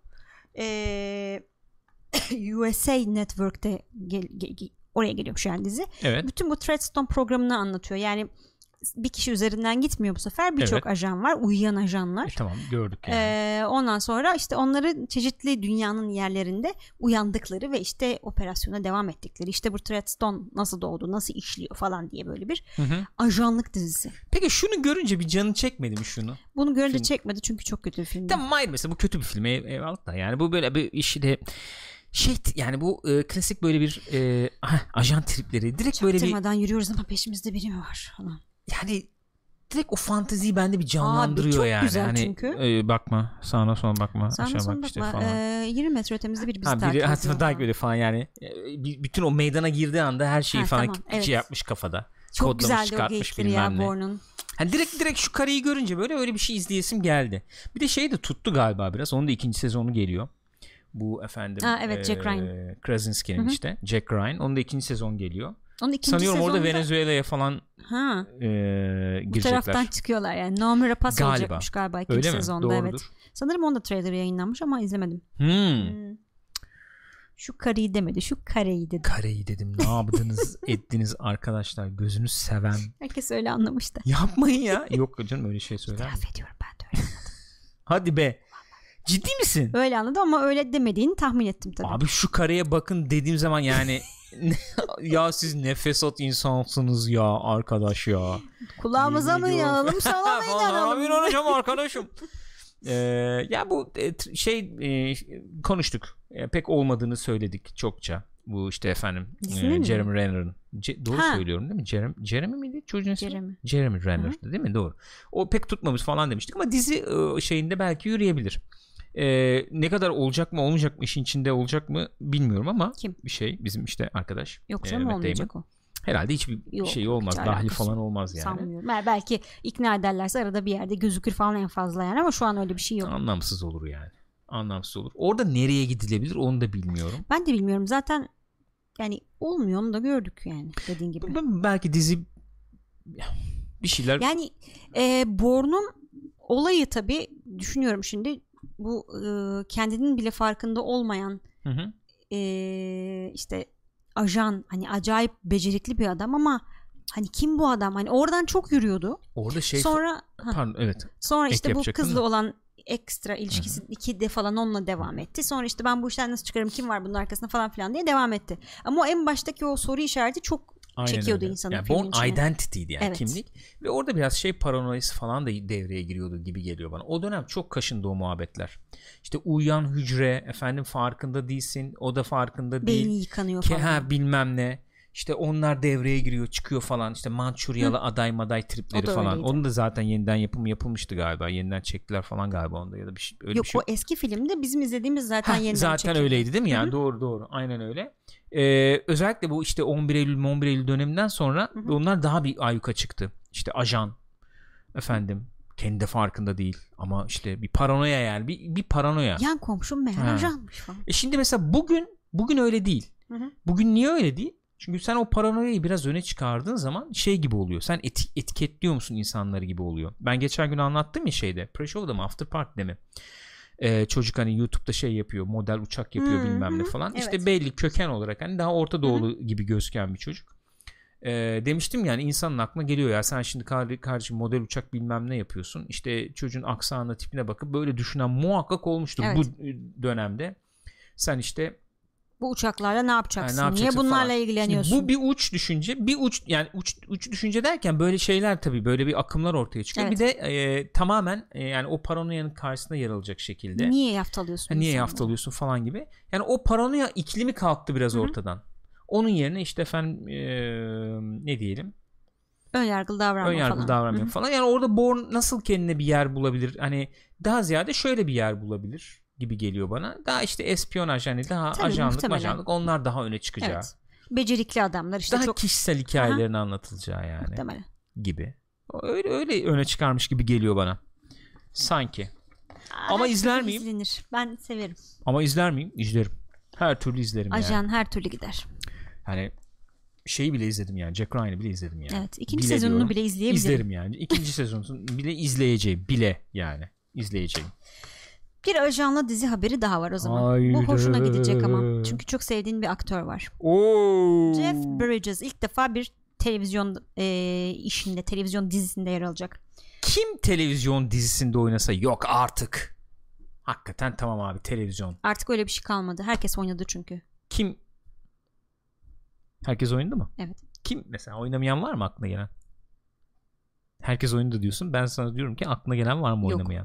E, U S A Network'te gel, gel, oraya geliyormuş yani dizi. Evet. Bütün bu Treadstone programını anlatıyor. Yani bir kişi üzerinden gitmiyor bu sefer. Birçok evet. ajan var. Uyuyan ajanlar. E, tamam gördük yani. Ee, ondan sonra işte onların çeşitli dünyanın yerlerinde uyandıkları ve işte operasyona devam ettikleri. İşte bu Treadstone nasıl doğdu, nasıl işliyor falan diye böyle bir hı hı. ajanlık dizisi. Peki şunu görünce bir canın çekmedi mi şunu? Bunu görünce film... çekmedi çünkü çok kötü bir film. Tamam hayır mesela bu kötü bir film. Eyvallah da yani bu böyle bir işi de şey yani bu e, klasik böyle bir e, ajan tripleri. Direkt böyle bir... Çaktırmadan yürüyoruz ama peşimizde biri mi var falan. Yani direkt o fanteziyi bende bir canlandırıyor. Abi, çok yani. Güzel hani, çünkü. E, bakma sağına sola bakma. Sağına aşağı sola bak bakma. işte falan. Ee, yirmi metre ötemizde biri bizi ha, takip ediyor. Biri takip ediyor falan yani. Bütün o meydana girdiği anda her şeyi ha, falan tamam, evet. şey yapmış kafada. Çok kodlamış, güzeldi çıkartmış o geyikleri ya Bourne'un. Hani direkt direkt şu kareyi görünce böyle öyle bir şey izleyesim geldi. Bir de şey de tuttu galiba biraz. Onun da ikinci sezonu geliyor. Bu efendim. Ha, evet Jack Ryan. E, Krasinski'nin Hı-hı. işte. Jack Ryan. Onun da ikinci sezon geliyor. Onun ikinci sanıyorum sezonda... orada Venezuela'ya falan ha. e, girecekler. Bu taraftan çıkıyorlar yani. Naomi Rapace galiba. olacakmış galiba ikinci öyle sezonda. mi? Evet. Sanırım onda trailer yayınlanmış ama izlemedim. Hmm. Hmm. Şu kareyi demedi. Şu kareyi dedi. Kareyi dedim. Ne yaptınız ettiniz arkadaşlar. Gözünüz seven. Herkes öyle anlamıştı. Yapmayın ya. Yok canım öyle şey söyler mi? İtiraf ediyorum ben de öyle anladım. Hadi be. Ciddi misin? Öyle anladım ama öyle demediğini tahmin ettim tabii. Abi şu kareye bakın dediğim zaman yani ya siz ne fesat insansınız ya arkadaş ya. Kulağımıza mı inanalım sana mı inanalım? İnanacağım arkadaşım. Ee, ya bu e, şey e, konuştuk. E, pek olmadığını söyledik çokça. Bu işte efendim e, Jeremy Renner'ın Ce- doğru ha. söylüyorum değil mi? Jeremy, Jeremy miydi çocuğun ismi? Jeremy. Jeremy Renner'dı değil mi? Doğru. O pek tutmamış falan demiştik ama dizi e, şeyinde belki yürüyebilir. Ee, ne kadar olacak mı olmayacak mı işin içinde olacak mı bilmiyorum ama kim? Bir şey bizim işte arkadaş. Yok canım e, olmayacak o. Herhalde hiçbir Yok, şey olmaz. Hiç dahil falan olmaz yani. Sanmıyorum. Yani belki ikna ederlerse arada bir yerde gözükür falan en fazla yani ama şu an öyle bir şey yok. Anlamsız olur yani. Anlamsız olur. Orada nereye gidilebilir onu da bilmiyorum. Ben de bilmiyorum. Zaten yani olmuyor onu da gördük yani dediğin gibi. Belki dizi bir şeyler. Yani e, Bourne'un olayı tabii düşünüyorum şimdi bu e, kendinin bile farkında olmayan hı hı. E, işte ajan hani acayip becerikli bir adam ama hani kim bu adam hani oradan çok yürüyordu. Orada şey sonra pardon, evet. Sonra işte bu kızla olan ekstra ilişkisi iki de falan onunla devam etti. Sonra işte ben bu işten nasıl çıkarım kim var bunun arkasında falan filan diye devam etti. Ama o en baştaki o soru işareti çok Aynen çekiyordu öyle. insanın yani filmin içine. Born Identity'di yani evet. kimlik. Ve orada biraz şey paranoyası falan da devreye giriyordu gibi geliyor bana. O dönem çok kaşındı o muhabbetler. İşte uyuyan hücre efendim farkında değilsin. O da farkında değil. Beyni yıkanıyor Ke- falan. Ha, bilmem ne. İşte onlar devreye giriyor, çıkıyor falan. İşte Mançuryalı Hı. aday maday tripleri falan. Öyleydi. Onun da zaten yeniden yapımı yapılmıştı galiba. Yeniden çektiler falan galiba onda ya da bir şey öyle Yok, bir şey. O eski filmde bizim izlediğimiz zaten Heh, yeniden zaten çekildi. Zaten öyleydi değil mi yani? Hı-hı. Doğru doğru. Aynen öyle. Ee, özellikle bu işte on bir Eylül on bir Eylül döneminden sonra Hı-hı. onlar daha bir ayyuka çıktı. İşte ajan efendim kendi farkında değil ama işte bir paranoya yani bir, bir paranoya. Yan komşum meğer ajanmış falan. E şimdi mesela bugün bugün öyle değil. Hı-hı. Bugün niye öyle değil? Çünkü sen o paranoyayı biraz öne çıkardığın zaman şey gibi oluyor. Sen eti- etiketliyor musun insanları gibi oluyor. Ben geçen gün anlattım ya şeyde. Pre-show'da mı? After Party'de mi? Ee, çocuk hani YouTube'da şey yapıyor. Model uçak yapıyor hmm, bilmem ne falan. Evet. İşte belli köken olarak hani daha Orta Doğulu hmm. gibi gözüken bir çocuk. Ee, demiştim yani insanın aklına geliyor ya sen şimdi kardeşim model uçak bilmem ne yapıyorsun. İşte çocuğun aksanına tipine bakıp böyle düşünen muhakkak olmuştur evet. bu dönemde. Sen işte bu uçaklarla ne yapacaksın? Yani ne yapacaksın Niye bunlarla falan. ilgileniyorsun? Şimdi bu bir uç düşünce, bir uç yani uç uç düşünce derken böyle şeyler tabii böyle bir akımlar ortaya çıkıyor. Evet. Bir de e, tamamen e, yani o paranoyanın karşısında yer alacak şekilde. Niye yaftalıyorsun? Yani niye yaftalıyorsun falan gibi. Yani o paranoya iklimi kalktı biraz Hı-hı. ortadan. Onun yerine işte efendim e, ne diyelim? Önyargılı davranma falan. Önyargılı davranma falan. Yani orada Bourne nasıl kendine bir yer bulabilir? Hani daha ziyade şöyle bir yer bulabilir gibi geliyor bana. Daha işte espiyonaj yani daha Tabii, ajanlık majanlık onlar daha öne çıkacağı. Evet. Becerikli adamlar işte daha çok. kişisel hikayelerin Aha. anlatılacağı yani. Muhtemelen. Gibi. Öyle öyle öne çıkarmış gibi geliyor bana. Sanki. Aa, Ama izler miyim? İzlenir. Ben severim. Ama izler miyim? İzlerim. Her türlü izlerim Ajan yani. her türlü gider. Hani şeyi bile izledim yani. Jack Ryan'ı bile izledim yani. Evet. İkinci bile sezonunu diyorum. bile izleyebilirim. İzlerim yani. İkinci sezonunu bile izleyeceğim. Bile yani. İzleyeceğim. Bir ajanla dizi haberi daha var o zaman. Haydi. Bu hoşuna gidecek ama. Çünkü çok sevdiğin bir aktör var. Oo. Jeff Bridges ilk defa bir televizyon e, işinde, televizyon dizisinde yer alacak. Kim televizyon dizisinde oynasa yok artık. Hakikaten tamam abi televizyon. Artık öyle bir şey kalmadı. Herkes oynadı çünkü. Kim? Herkes oynadı mı? Evet. Kim mesela oynamayan var mı aklına gelen? Herkes oynadı diyorsun. Ben sana diyorum ki aklına gelen var mı yok. Oynamayan?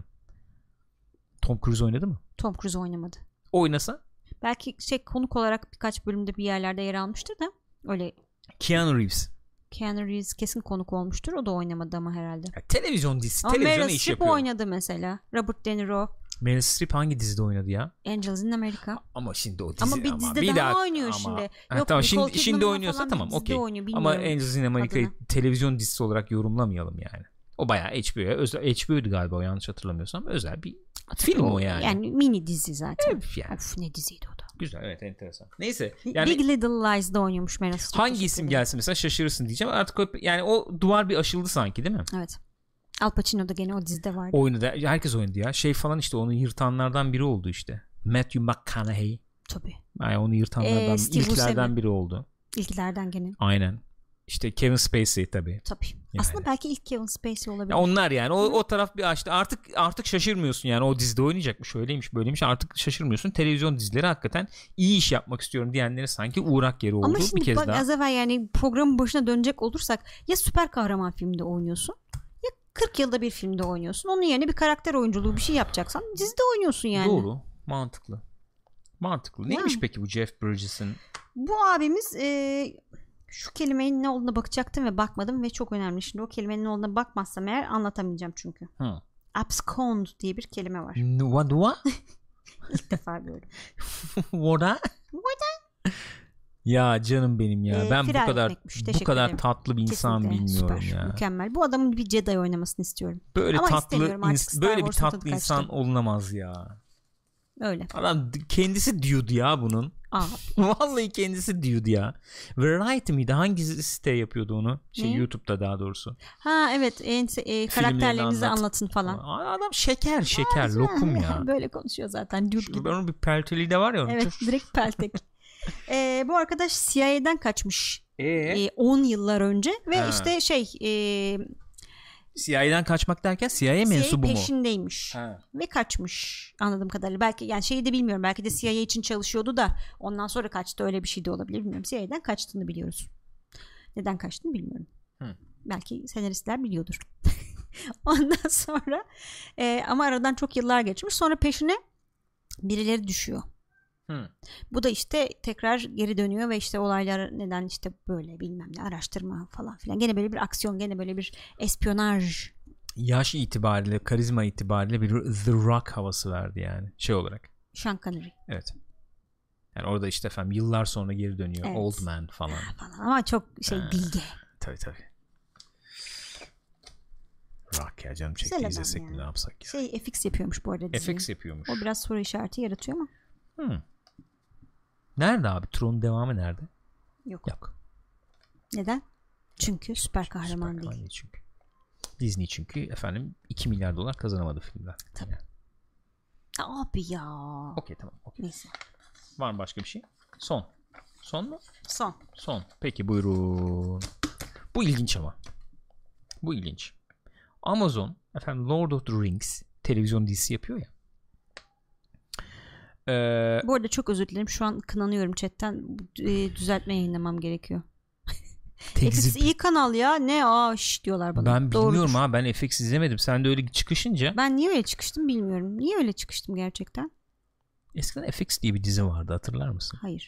Tom Cruise oynadı mı? Tom Cruise oynamadı. Oynasa? Belki şey konuk olarak birkaç bölümde bir yerlerde yer almıştır da öyle. Keanu Reeves. Keanu Reeves kesin konuk olmuştur. O da oynamadı ama herhalde. Ya, televizyon dizisi. Ama televizyona Meryl iş Streep yapıyor. oynadı mesela. Robert De Niro. Meryl Streep hangi dizide oynadı ya? Angels in America. Ama şimdi o dizi ama bir dizide bir daha, daha oynuyor ama. Şimdi. Ha, Yok, tamam şimdi şimdi oynuyorsa tamam okey. Ama Angels in America'yı adına. televizyon dizisi olarak yorumlamayalım yani. O bayağı H B O'ya özel H B O'ydu galiba o yanlış hatırlamıyorsam. Özel bir film o, o yani. Yani mini dizi zaten. Evet, yani. Of ne diziydi o da. Güzel evet enteresan. Neyse. Yani, Big Little Lies'da oynuyormuş Meryl Streep. Hangi isim gelsin mesela şaşırırsın diyeceğim. Artık o, yani o duvar bir aşıldı sanki değil mi? Evet. Al Pacino da gene o dizide vardı. Oynadı. Herkes oynadı ya. Şey falan işte onu yırtanlardan biri oldu işte. Matthew McConaughey. Tabii. Yani onu yırtanlardan ee, ilklerden biri oldu. İlklerden gene. Aynen. İşte Kevin Spacey tabii. Tabii. Yani. Aslında belki ilk Kevin Spacey olabilir. Ya onlar yani o, o taraf bir açtı. Artık artık şaşırmıyorsun yani o dizide oynayacakmış, öyleymiş, böyleymiş. Artık şaşırmıyorsun. Televizyon dizileri hakikaten iyi iş yapmak istiyorum diyenlere sanki uğrak yeri oldu. Ama şimdi bir kez bak, daha. az evvel yani programın başına dönecek olursak ya süper kahraman filmde oynuyorsun ya kırk yılda bir filmde oynuyorsun. Onun yerine bir karakter oyunculuğu bir şey yapacaksan dizide oynuyorsun yani. Doğru. Mantıklı. Mantıklı. Neymiş yani. Peki bu Jeff Bridges'in? Bu abimiz eee şu kelimenin ne olduğuna bakacaktım ve bakmadım ve çok önemli. Şimdi o kelimenin ne olduğuna bakmazsam eğer anlatamayacağım çünkü. Hı. Abscond diye bir kelime var. What? What? İlk defa gördüm. What? What? Ya canım benim ya. Ee, ben bu kadar bu kadar ederim. tatlı bir insan Kesinlikle. bilmiyorum Süper, ya. Mükemmel. Bu adamın bir Jedi oynamasını istiyorum. Böyle Ama tatlı ins- böyle bir tatlı insan kaçtı. olunamaz ya. Öyle. Adam kendisi diyordu ya bunun. Abi. Vallahi kendisi diyordu ya. Variety miydi? Hangi site yapıyordu onu? Şey ne? YouTube'da daha doğrusu. Ha evet. En, e, karakterlerinizi anlat. anlatın falan. Adam şeker şeker Aa, lokum ya. Böyle konuşuyor zaten. Ben onun bir pelteliği de var ya. Evet direkt peltek. e, bu arkadaş C I A'den kaçmış. Ee? on e, yıllar önce ve ha. işte şey e, C I A'den kaçmak derken C I A mensubu mu? C I A peşindeymiş. Ha. Ve kaçmış anladığım kadarıyla. Belki yani şeyi de bilmiyorum. Belki de C I A için çalışıyordu da ondan sonra kaçtı. Öyle bir şey de olabilir bilmiyorum. C I A'den kaçtığını biliyoruz. Neden kaçtığını bilmiyorum. Hı. Belki senaristler biliyordur. Ondan sonra e, ama aradan çok yıllar geçmiş. Sonra peşine birileri düşüyor. Hmm. Bu da işte tekrar geri dönüyor ve işte olaylar neden işte böyle bilmem ne araştırma falan filan. Gene böyle bir aksiyon, gene böyle bir espiyonaj. Yaş itibariyle, karizma itibariyle bir The Rock havası verdi yani şey olarak. Sean Connery. Evet. Yani orada işte efendim yıllar sonra geri dönüyor. Evet. Old Man falan. falan. Ama çok şey Ha, bilge. Tabii tabii. Rock ya, canım çekti, Güzel adam izlesek ya. mi ne yapsak ya. Şey F X yapıyormuş bu arada diziyi. F X yapıyormuş. O biraz soru işareti yaratıyor ama. Hmm. Nerede abi? Tron'un devamı nerede? Yok. Yok. Neden? Çünkü süper kahraman Süper değil. kahraman değil çünkü. Disney çünkü efendim iki milyar dolar kazanamadı filmden. Tabii. Yani. Abi ya. Okey tamam. Okay. Neyse. Var mı başka bir şey? Son. Son mu? Son. Son. Peki buyurun. Bu ilginç ama. Bu ilginç. Amazon efendim Lord of the Rings televizyon dizisi yapıyor ya. Ee, Bu arada çok özür dilerim. Şu an kınanıyorum chatten. E, düzeltme yayınlamam gerekiyor. F X iyi kanal ya. Ne aa şş diyorlar bana. Ben Doğrudur. bilmiyorum ha. Ben F X izlemedim. Sen de öyle çıkışınca. Ben niye öyle çıkıştım bilmiyorum. Niye öyle çıkıştım gerçekten? Eskiden F X diye bir dizi vardı, hatırlar mısın? Hayır.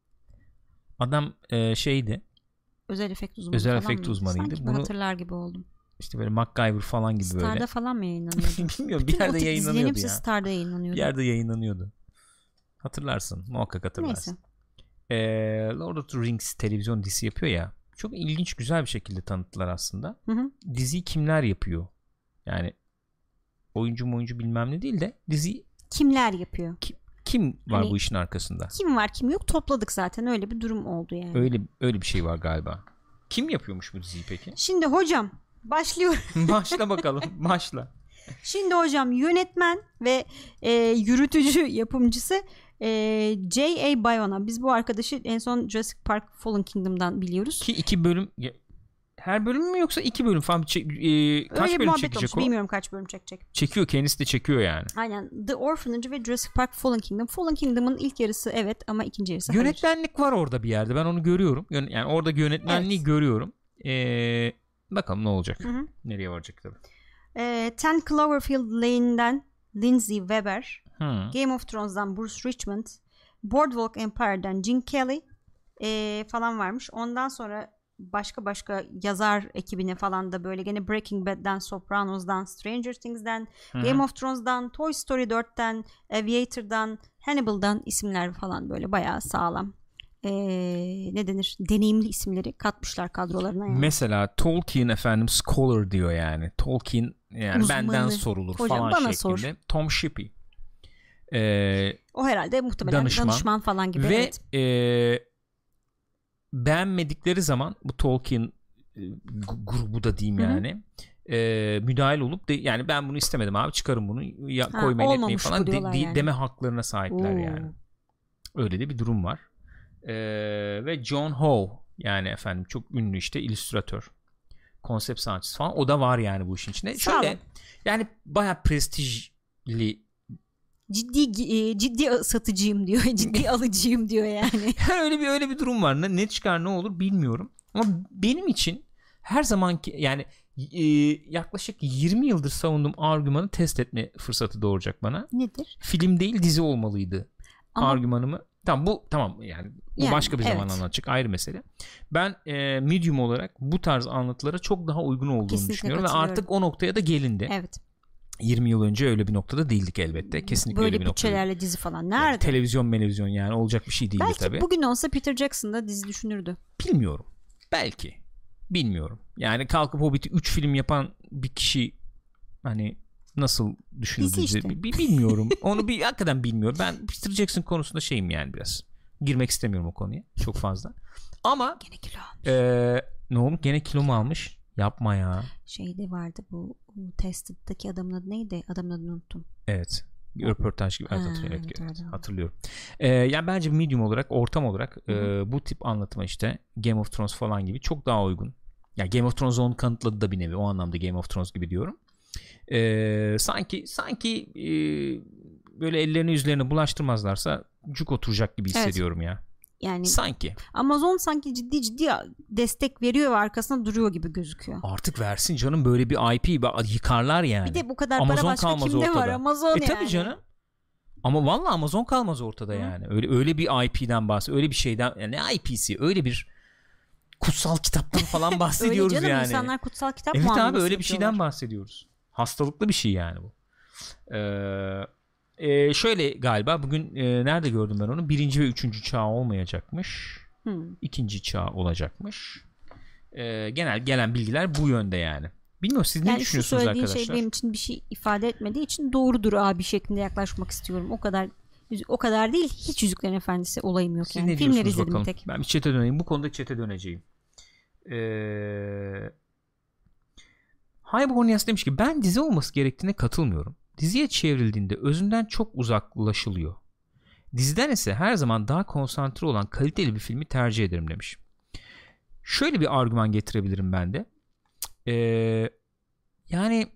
Adam e, şeydi. Özel efekt uzmanı Özel falan efekt mıydı? uzmanıydı. Sanki Bunu hatırlar gibi oldum. işte böyle MacGyver falan gibi Star'da böyle. falan mı yayınlanıyordu? Bilmiyorum, bir yerde yayınlanıyordu ya. Star'da yayınlanıyordu. Bir yerde yayınlanıyordu. Hatırlarsın. Muhakkak hatırlarsın. Ee, Lord of the Rings televizyon dizisi yapıyor ya. Çok ilginç, güzel bir şekilde tanıttılar aslında. Hı hı. Diziyi kimler yapıyor? Yani oyuncu mu oyuncu bilmem ne değil de diziyi kimler yapıyor? Kim, kim var hani, bu işin arkasında? Kim var kim yok topladık zaten, öyle bir durum oldu yani. Öyle öyle bir şey var galiba. Kim yapıyormuş bu diziyi peki? Şimdi hocam başlıyor. Başla bakalım. Başla. Şimdi hocam yönetmen ve e, yürütücü yapımcısı e, J A Bayona. Biz bu arkadaşı en son Jurassic Park Fallen Kingdom'dan biliyoruz. Ki iki bölüm, her bölüm mü yoksa iki bölüm falan çek, e, kaç öyle bölüm muhabbet çekecek olmuş. o? Bilmiyorum kaç bölüm çekecek. Çekiyor, kendisi de çekiyor yani. Aynen. The Orphanage ve Jurassic Park Fallen Kingdom. Fallen Kingdom'ın ilk yarısı evet ama ikinci yarısı hayır. Yönetmenlik var orada bir yerde. Ben onu görüyorum. Yani orada yönetmenliği evet. görüyorum. Ee, bakalım ne olacak. Hı hı. Nereye varacak tabii. E, Ten Cloverfield Lane'den Lindsay Weber. Hmm. Game of Thrones'dan Bruce Richmond. Boardwalk Empire'dan Gene Kelly e, falan varmış. Ondan sonra başka başka yazar ekibine falan da böyle gene Breaking Bad'den, Sopranos'dan, Stranger Things'den, Hı-hı. Game of Thrones'dan, Toy Story dörtten, Aviator'dan, Hannibal'dan isimler falan böyle bayağı sağlam. Ee, ne denir? Deneyimli isimleri katmışlar kadrolarına yani. Mesela Tolkien efendim scholar diyor yani. Tolkien yani uzmanı. Benden sorulur Hocam, falan bana şeklinde. sor. Tom Shippey. Ee, o herhalde muhtemelen danışman, danışman falan gibi. Ve evet. e, beğenmedikleri zaman bu Tolkien e, grubu da diyeyim Hı-hı. yani e, müdahil olup de, yani ben bunu istemedim abi, çıkarın bunu ya, ha, koymayın etmeyin falan de, de, yani. deme haklarına sahipler Oo. yani. Öyle de bir durum var. E, ve John Howe yani efendim çok ünlü işte illüstratör, konsept sanatçısı falan, o da var yani bu işin içinde. Sağ Şöyle olun. yani bayağı prestijli, ciddi e, ciddi satıcıyım diyor. Ciddi alıcıyım diyor yani. öyle bir öyle bir durum var. Ne, ne çıkar ne olur bilmiyorum. Ama benim için her zamanki yani e, yaklaşık yirmi yıldır savunduğum argümanı test etme fırsatı doğuracak bana. Nedir? Film değil dizi olmalıydı. Ama argümanımı. Tamam bu tamam yani bu yani, başka bir evet. zaman anlatacak, ayrı mesele. Ben e, medium olarak bu tarz anlatılara çok daha uygun olduğunu Kesinlikle düşünüyorum ve artık o noktaya da gelindi. Evet. yirmi yıl önce öyle bir noktada değildik elbette. Kesinlikle böyle öyle bir noktada. Böyle bütçelerle dizi falan nerede? Yani televizyon televizyon yani olacak bir şey değildi Belki tabii. Belki bugün olsa Peter Jackson da dizi düşünürdü. Bilmiyorum. Belki. Bilmiyorum. Yani kalkıp Hobbit'i üç film yapan bir kişi hani nasıl düşünürdü? Işte. Bilmiyorum. Onu bir hakikaten bilmiyorum. Ben Peter Jackson konusunda şeyim yani biraz. Girmek istemiyorum o konuya. Çok fazla. Ama gene kilo almış. E, ne olmuş? Gene kilo mu almış? Yapma ya. Şeyde vardı bu, bu Tested'daki adamın adı neydi? Adamın adını unuttum. Evet. Röportaj gibi. Ha, evet, evet, evet, hatırlıyorum. Ee, yani bence medium olarak, ortam olarak e, bu tip anlatıma işte Game of Thrones falan gibi çok daha uygun. Yani Game of Thrones onu kanıtladı da bir nevi. O anlamda Game of Thrones gibi diyorum. Ee, sanki sanki e, böyle ellerini yüzlerini bulaştırmazlarsa cuk oturacak gibi hissediyorum evet. ya. Yani sanki Amazon sanki ciddi ciddi destek veriyor ve arkasında duruyor gibi gözüküyor. Artık versin canım, böyle bir I P yıkarlar yani. Bir de bu kadar Amazon para başka kimde ortada. var? Amazon e, yani. Tabii canım. Ama vallahi Amazon kalmaz ortada Hı. yani. Öyle öyle bir I P'den bahsediyor. Öyle bir şeyden, yani ne I P'si? Öyle bir kutsal kitaptan falan bahsediyoruz öyle canım, yani. İnsanlar kutsal kitap evet muamelesi abi, öyle bir yapıyorlar. şeyden bahsediyoruz. Hastalıklı bir şey yani bu. Eee e, şöyle galiba bugün e, nerede gördüm ben onu? Birinci ve üçüncü çağ olmayacakmış. Hmm. İkinci çağ olacakmış. E, genel gelen bilgiler bu yönde yani. Bilmiyorum, siz yani ne düşünüyorsunuz arkadaşlar? Yani şu söylediğin şey benim için bir şey ifade etmediği için doğrudur abi şeklinde yaklaşmak istiyorum. O kadar o kadar değil, hiç Yüzüklerin Efendisi olayım yok. Siz yani. Filmleri izledim bakalım. Tek. Ben bir chat'e döneyim. Bu konuda chat'e döneceğim. Eee Hybornias demiş ki ben dizi olması gerektiğine katılmıyorum. Diziye çevrildiğinde özünden çok uzaklaşılıyor. Diziden ise her zaman daha konsantre olan kaliteli bir filmi tercih ederim demiş. Şöyle bir argüman getirebilirim ben de. Ee, yani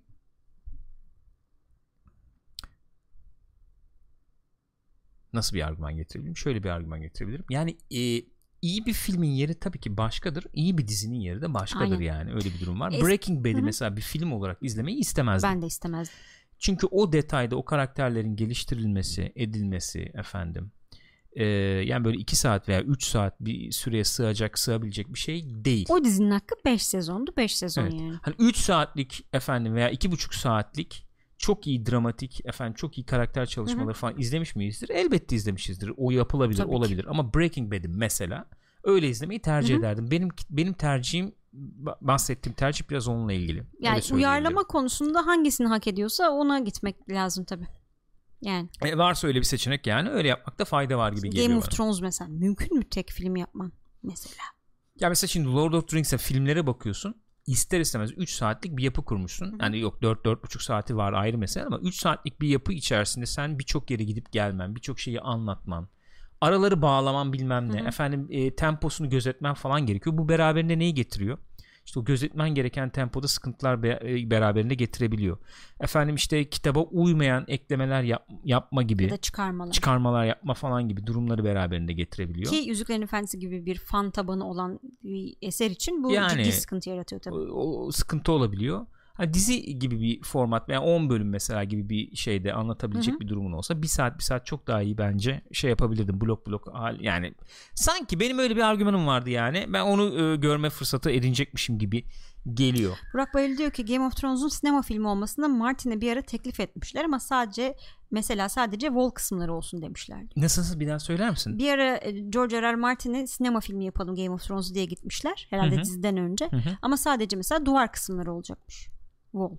nasıl bir argüman getirebilirim? Şöyle bir argüman getirebilirim. Yani e, iyi bir filmin yeri tabii ki başkadır. İyi bir dizinin yeri de başkadır. Aynen. Yani. Öyle bir durum var. Es- Breaking Bad'i mesela bir film olarak izlemeyi istemezdim. Ben de istemezdim. Çünkü o detayda o karakterlerin geliştirilmesi, edilmesi efendim. Ee, yani böyle iki saat veya üç saat bir süreye sığacak, sığabilecek bir şey değil. O dizinin hakkı beş sezondu. beş sezon evet. yani. Hani üç saatlik efendim veya iki buçuk saatlik çok iyi dramatik efendim çok iyi karakter çalışmaları Hı-hı. falan izlemiş miyizdir? Elbette izlemişizdir. O yapılabilir, Tabii olabilir. Ki. Ama Breaking Bad'i mesela öyle izlemeyi tercih Hı-hı. ederdim. Benim benim tercihim, bahsettiğim tercih biraz onunla ilgili. Yani uyarlama konusunda hangisini hak ediyorsa ona gitmek lazım tabii. Yani. E varsa öyle bir seçenek, yani öyle yapmakta fayda var gibi Game geliyor Game of bana. Thrones mesela mümkün mü tek film yapman mesela? Ya mesela şimdi Lord of the Rings'e filmlere bakıyorsun. İster istemez üç saatlik bir yapı kurmuşsun. Hı-hı. Yani yok dört dört buçuk saati var ayrı mesele ama üç saatlik bir yapı içerisinde sen birçok yere gidip gelmen, birçok şeyi anlatman, araları bağlaman bilmem ne, Hı-hı. efendim e, temposunu gözetmen falan gerekiyor. Bu beraberinde neyi getiriyor? İşte o gözetmen gereken tempoda sıkıntılar be- beraberinde getirebiliyor. Efendim işte kitaba uymayan eklemeler yap- yapma gibi. Ya da çıkarmalar. Çıkarmalar yapma falan gibi durumları beraberinde getirebiliyor. Ki Yüzüklerin Efendisi gibi bir fan tabanı olan bir eser için bu yani, ciddi sıkıntı yaratıyor tabii. O, o sıkıntı olabiliyor. Ha, dizi gibi bir format veya on bölüm mesela gibi bir şeyde anlatabilecek Hı-hı. bir durumun olsa bir saat bir saat çok daha iyi bence şey yapabilirdim, blok blok yani sanki benim öyle bir argümanım vardı yani ben onu e, görme fırsatı edinecekmişim gibi geliyor. Burak Bayıl diyor ki Game of Thrones'un sinema filmi olmasında Martin'e bir ara teklif etmişler ama sadece mesela sadece Wall kısımları olsun demişler. Nasıl, bir daha söyler misin? Bir ara George R. R. Martin'e sinema filmi yapalım Game of Thrones diye gitmişler herhalde Hı-hı. diziden önce Hı-hı. ama sadece mesela duvar kısımları olacakmış. Wall.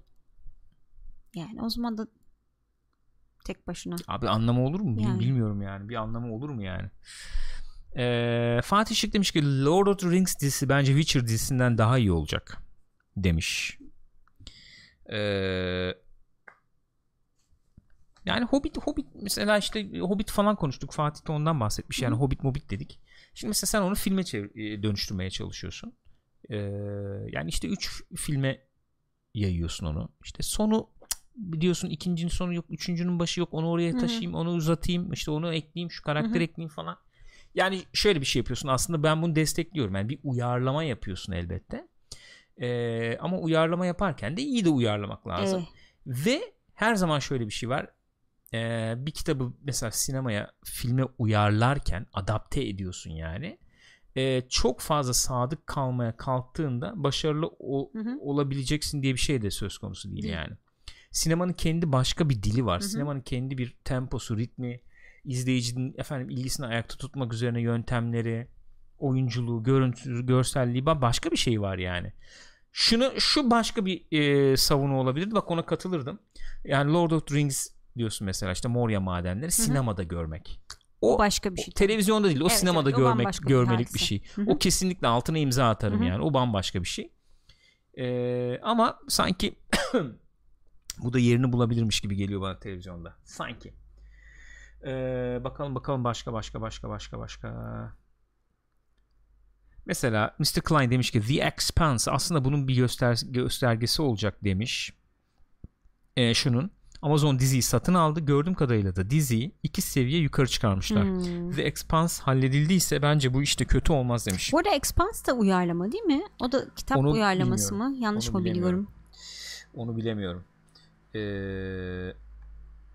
Yani o zaman da tek başına. Abi anlamı olur mu? Yani. Bilmiyorum yani. Bir anlamı olur mu yani? Ee, Fatih Şık demiş ki Lord of the Rings dizisi bence Witcher dizisinden daha iyi olacak demiş. Ee, yani Hobbit Hobbit mesela işte Hobbit falan konuştuk. Fatih de ondan bahsetmiş. Yani Hı. Hobbit Mobbit dedik. Şimdi mesela sen onu filme çev- dönüştürmeye çalışıyorsun. Ee, yani işte üç filme yayıyorsun onu. İşte sonu biliyorsun, ikincinin sonu yok, üçüncünün başı yok. Onu oraya taşıyayım, Hı-hı. onu uzatayım, işte onu ekleyeyim, şu karakter Hı-hı. ekleyeyim falan. Yani şöyle bir şey yapıyorsun. Aslında ben bunu destekliyorum. Yani bir uyarlama yapıyorsun elbette. Ee, ama uyarlama yaparken de iyi de uyarlamak lazım. Evet. Ve her zaman şöyle bir şey var. Ee, bir kitabı mesela sinemaya, filme uyarlarken adapte ediyorsun yani. Ee, çok fazla sadık kalmaya kalktığında başarılı o, hı hı. olabileceksin diye bir şey de söz konusu değil, değil. Yani. Sinemanın kendi başka bir dili var. Hı hı. Sinemanın kendi bir temposu, ritmi, izleyicinin efendim ilgisini ayakta tutmak üzerine yöntemleri, oyunculuğu, görüntüsü, görselliği, başka bir şey var yani. Şunu şu başka bir e, savunu olabilirdi. Bak ona katılırdım. Yani Lord of the Rings diyorsun mesela, işte Moria madenleri Hı-hı. sinemada görmek. O başka bir şey. O, televizyonda değil, o evet, sinemada evet, görmek, o görmelik bir, bir şey. Hı-hı. O kesinlikle altına imza atarım Hı-hı. yani. O bambaşka bir şey. Ee, ama sanki bu da yerini bulabilirmiş gibi geliyor bana televizyonda. Sanki. Ee, bakalım bakalım başka başka başka başka başka. Mesela mister Klein demiş ki The Expanse aslında bunun bir göster- göstergesi olacak demiş. Ee, şunun Amazon diziyi satın aldı. Gördüğüm kadarıyla da diziyi iki seviye yukarı çıkarmışlar. Hmm. The Expanse halledildiyse bence bu işte kötü olmaz demiş. Bu arada Expanse da uyarlama değil mi? O da kitap Onu uyarlaması mı? Yanlış Onu mı biliyorum? Onu bilemiyorum. Ee,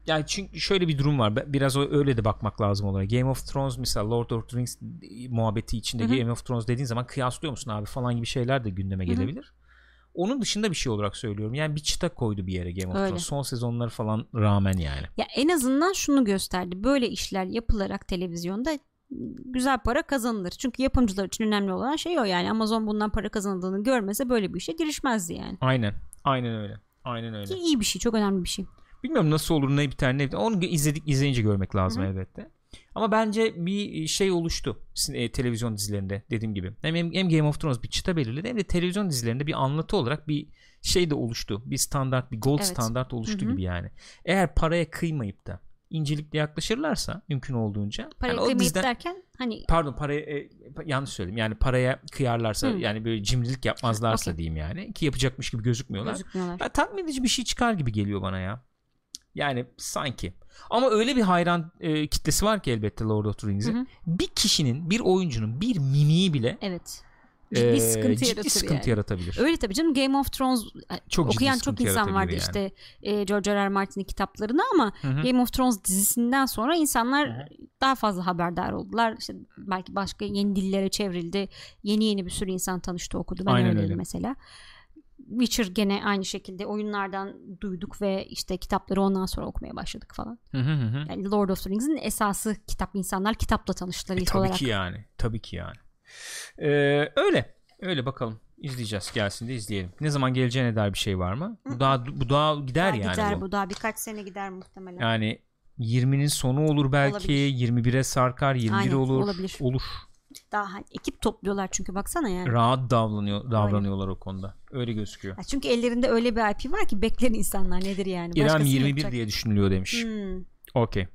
Yani çünkü şöyle bir durum var. Biraz öyle de bakmak lazım olarak. Game of Thrones mesela Lord of the Rings muhabbeti içinde Hı-hı. Game of Thrones dediğin zaman kıyaslıyor musun abi falan gibi şeyler de gündeme Hı-hı. gelebilir. Onun dışında bir şey olarak söylüyorum. Yani bir çıta koydu bir yere Game of Öyle. Thrones. Son sezonları falan rağmen yani. Ya en azından şunu gösterdi. Böyle işler yapılarak televizyonda güzel para kazanılır. Çünkü yapımcılar için önemli olan şey o yani. Amazon bundan para kazanıldığını görmese böyle bir işe girişmezdi yani. Aynen. Aynen öyle. Aynen öyle. Ki iyi bir şey. Çok önemli bir şey. Bilmiyorum nasıl olur, ne biter, ne biter. Onu izledik, izleyince görmek lazım Hı-hı. elbette. Ama bence bir şey oluştu e, televizyon dizilerinde dediğim gibi. Hem, hem Game of Thrones bir çıta belirledi hem de televizyon dizilerinde bir anlatı olarak bir şey de oluştu. Bir standart, bir gold evet. standart oluştu Hı-hı. gibi yani. Eğer paraya kıymayıp da incelikle yaklaşırlarsa mümkün olduğunca. Paraya yani kıymayıp diziden, derken hani. Pardon paraya e, yanlış söyledim. Yani paraya kıyarlarsa Hı. yani böyle cimrilik yapmazlarsa okay. diyeyim yani. Ki yapacakmış gibi gözükmüyorlar. Gözükmüyorlar. Ya, tatmin edici bir şey çıkar gibi geliyor bana ya. Yani sanki. Ama öyle bir hayran e, kitlesi var ki elbette Lord of the Rings'in. Bir kişinin, bir oyuncunun bir mimiği bile evet. ciddi e, sıkıntı, ciddi yaratır sıkıntı yani. yaratabilir. Öyle tabii canım. Game of Thrones çok okuyan çok insan vardı yani. işte e, George R. R. Martin'in kitaplarını ama Hı-hı. Game of Thrones dizisinden sonra insanlar Hı-hı. daha fazla haberdar oldular. İşte belki başka yeni dillere çevrildi. Yeni yeni bir sürü insan tanıştı, okudu. Ben Aynen öyle dedim mesela. Witcher gene aynı şekilde oyunlardan duyduk ve işte kitapları ondan sonra okumaya başladık falan. Hı hı hı. Yani Lord of the Rings'in esası kitap, insanlar kitapla tanıştılar e, ilk tabii olarak. Tabii ki yani. Tabii ki yani. Ee, öyle. Öyle bakalım. İzleyeceğiz. Gelsin de izleyelim. Ne zaman geleceğine dair bir şey var mı? Bu daha bu daha gider daha yani gider, bu. bu daha birkaç sene gider muhtemelen. Yani yirminin sonu olur belki. Olabilir. yirmi bire sarkar, yirmi bir Aynen, olur. Olabilir. Olur. Daha hani ekip topluyorlar çünkü baksana yani. Rahat davranıyor, davranıyorlar öyle. O konuda. Öyle gözüküyor. Ya çünkü ellerinde öyle bir I P var ki bekleyen insanlar nedir yani. İrem yirmi bir yapacak. Diye düşünülüyor demiş. Hmm. Okey.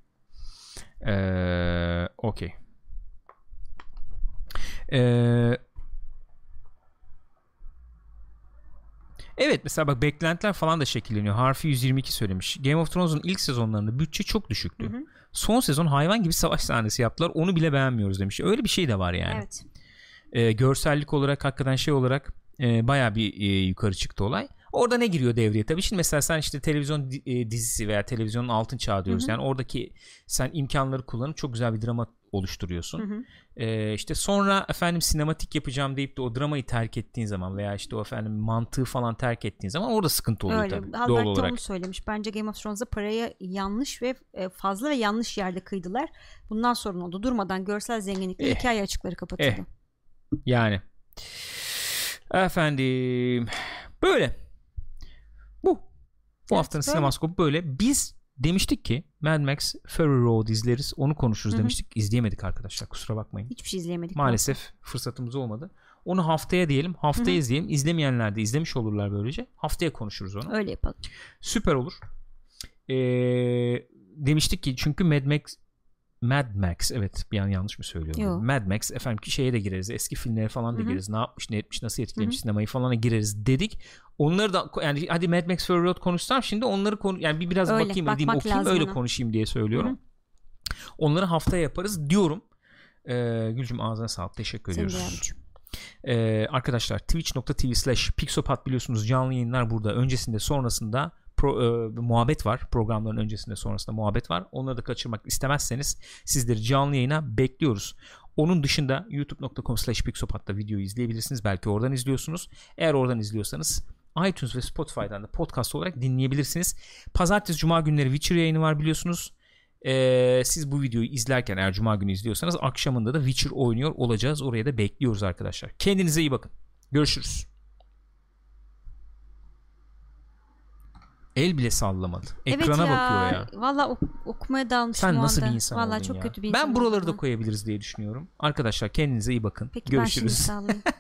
Ee, Okey. Ee, evet mesela bak beklentiler falan da şekilleniyor. Harfi yüz yirmi iki söylemiş. Game of Thrones'un ilk sezonlarında bütçe çok düşüktü. Hı hı. Son sezon hayvan gibi savaş sahnesi yaptılar. Onu bile beğenmiyoruz demiş. Öyle bir şey de var yani. Evet. Ee, görsellik olarak hakikaten şey olarak e, bayağı bir e, yukarı çıktı olay. Orada ne giriyor devreye? Tabii şimdi mesela sen işte televizyon e, dizisi veya televizyonun altın çağı diyoruz. Hı hı. Yani oradaki sen imkanları kullanıp çok güzel bir drama oluşturuyorsun. Hı hı. Ee, işte sonra efendim sinematik yapacağım deyip de o dramayı terk ettiğin zaman veya işte o efendim mantığı falan terk ettiğin zaman orada sıkıntı oluyor Öyle. tabii. Doğal olarak. Onu söylemiş. Bence Game of Thrones'da paraya yanlış ve fazla ve yanlış yerde kıydılar. Bundan sorun oldu. Durmadan görsel zenginlikle eh. hikaye açıkları kapatıldı. Eh. Yani efendim böyle. Bu. Bu evet, haftanın sinemaskopu böyle. Biz demiştik ki Mad Max Fury Road izleriz, onu konuşuruz Hı-hı. demiştik. İzleyemedik arkadaşlar, kusura bakmayın. Hiçbir şey izleyemedik. Maalesef maalesef. Fırsatımız olmadı. Onu haftaya diyelim. Haftaya Hı-hı. izleyelim. İzlemeyenler de izlemiş olurlar böylece. Haftaya konuşuruz onu. Öyle yapalım. Süper olur. Ee, demiştik ki çünkü Mad Max Mad Max evet bir an yanlış mı söylüyorum? Yo. Mad Max efendim ki şeye de gireriz. Eski filmlere falan da Hı-hı. gireriz. Ne yapmış, ne etmiş, nasıl etkilemiş Hı-hı. sinemayı falan da gireriz dedik. Onları da yani hadi Mad Max Fury Road konuşsam şimdi onları konu yani bir biraz öyle, bakayım edeyim okuyayım öyle ona. Konuşayım diye söylüyorum. Hı-hı. Onları haftaya yaparız diyorum. Ee, Gülcüm ağzına sağlık. Teşekkür Senin ediyoruz. Ee, arkadaşlar twitch nokta tv slash pixopat biliyorsunuz canlı yayınlar burada. Öncesinde sonrasında Pro, e, muhabbet var. Programların öncesinde sonrasında muhabbet var. Onları da kaçırmak istemezseniz sizleri canlı yayına bekliyoruz. Onun dışında youtube nokta com slash pixopat'ta videoyu izleyebilirsiniz. Belki oradan izliyorsunuz. Eğer oradan izliyorsanız iTunes ve Spotify'dan da podcast olarak dinleyebilirsiniz. Pazartesi Cuma günleri Witcher yayını var biliyorsunuz. Ee, siz bu videoyu izlerken eğer Cuma günü izliyorsanız akşamında da Witcher oynuyor olacağız. Oraya da bekliyoruz arkadaşlar. Kendinize iyi bakın. Görüşürüz. El bile sallamadı. Ekrana evet ya, bakıyor ya. Valla ok- okumaya dalmışım. Sen o nasıl anda. bir insan Vallahi oldun çok ya. kötü bir insan Ben buraları oldum. da koyabiliriz diye düşünüyorum. Arkadaşlar kendinize iyi bakın. Peki, görüşürüz. Ben şimdi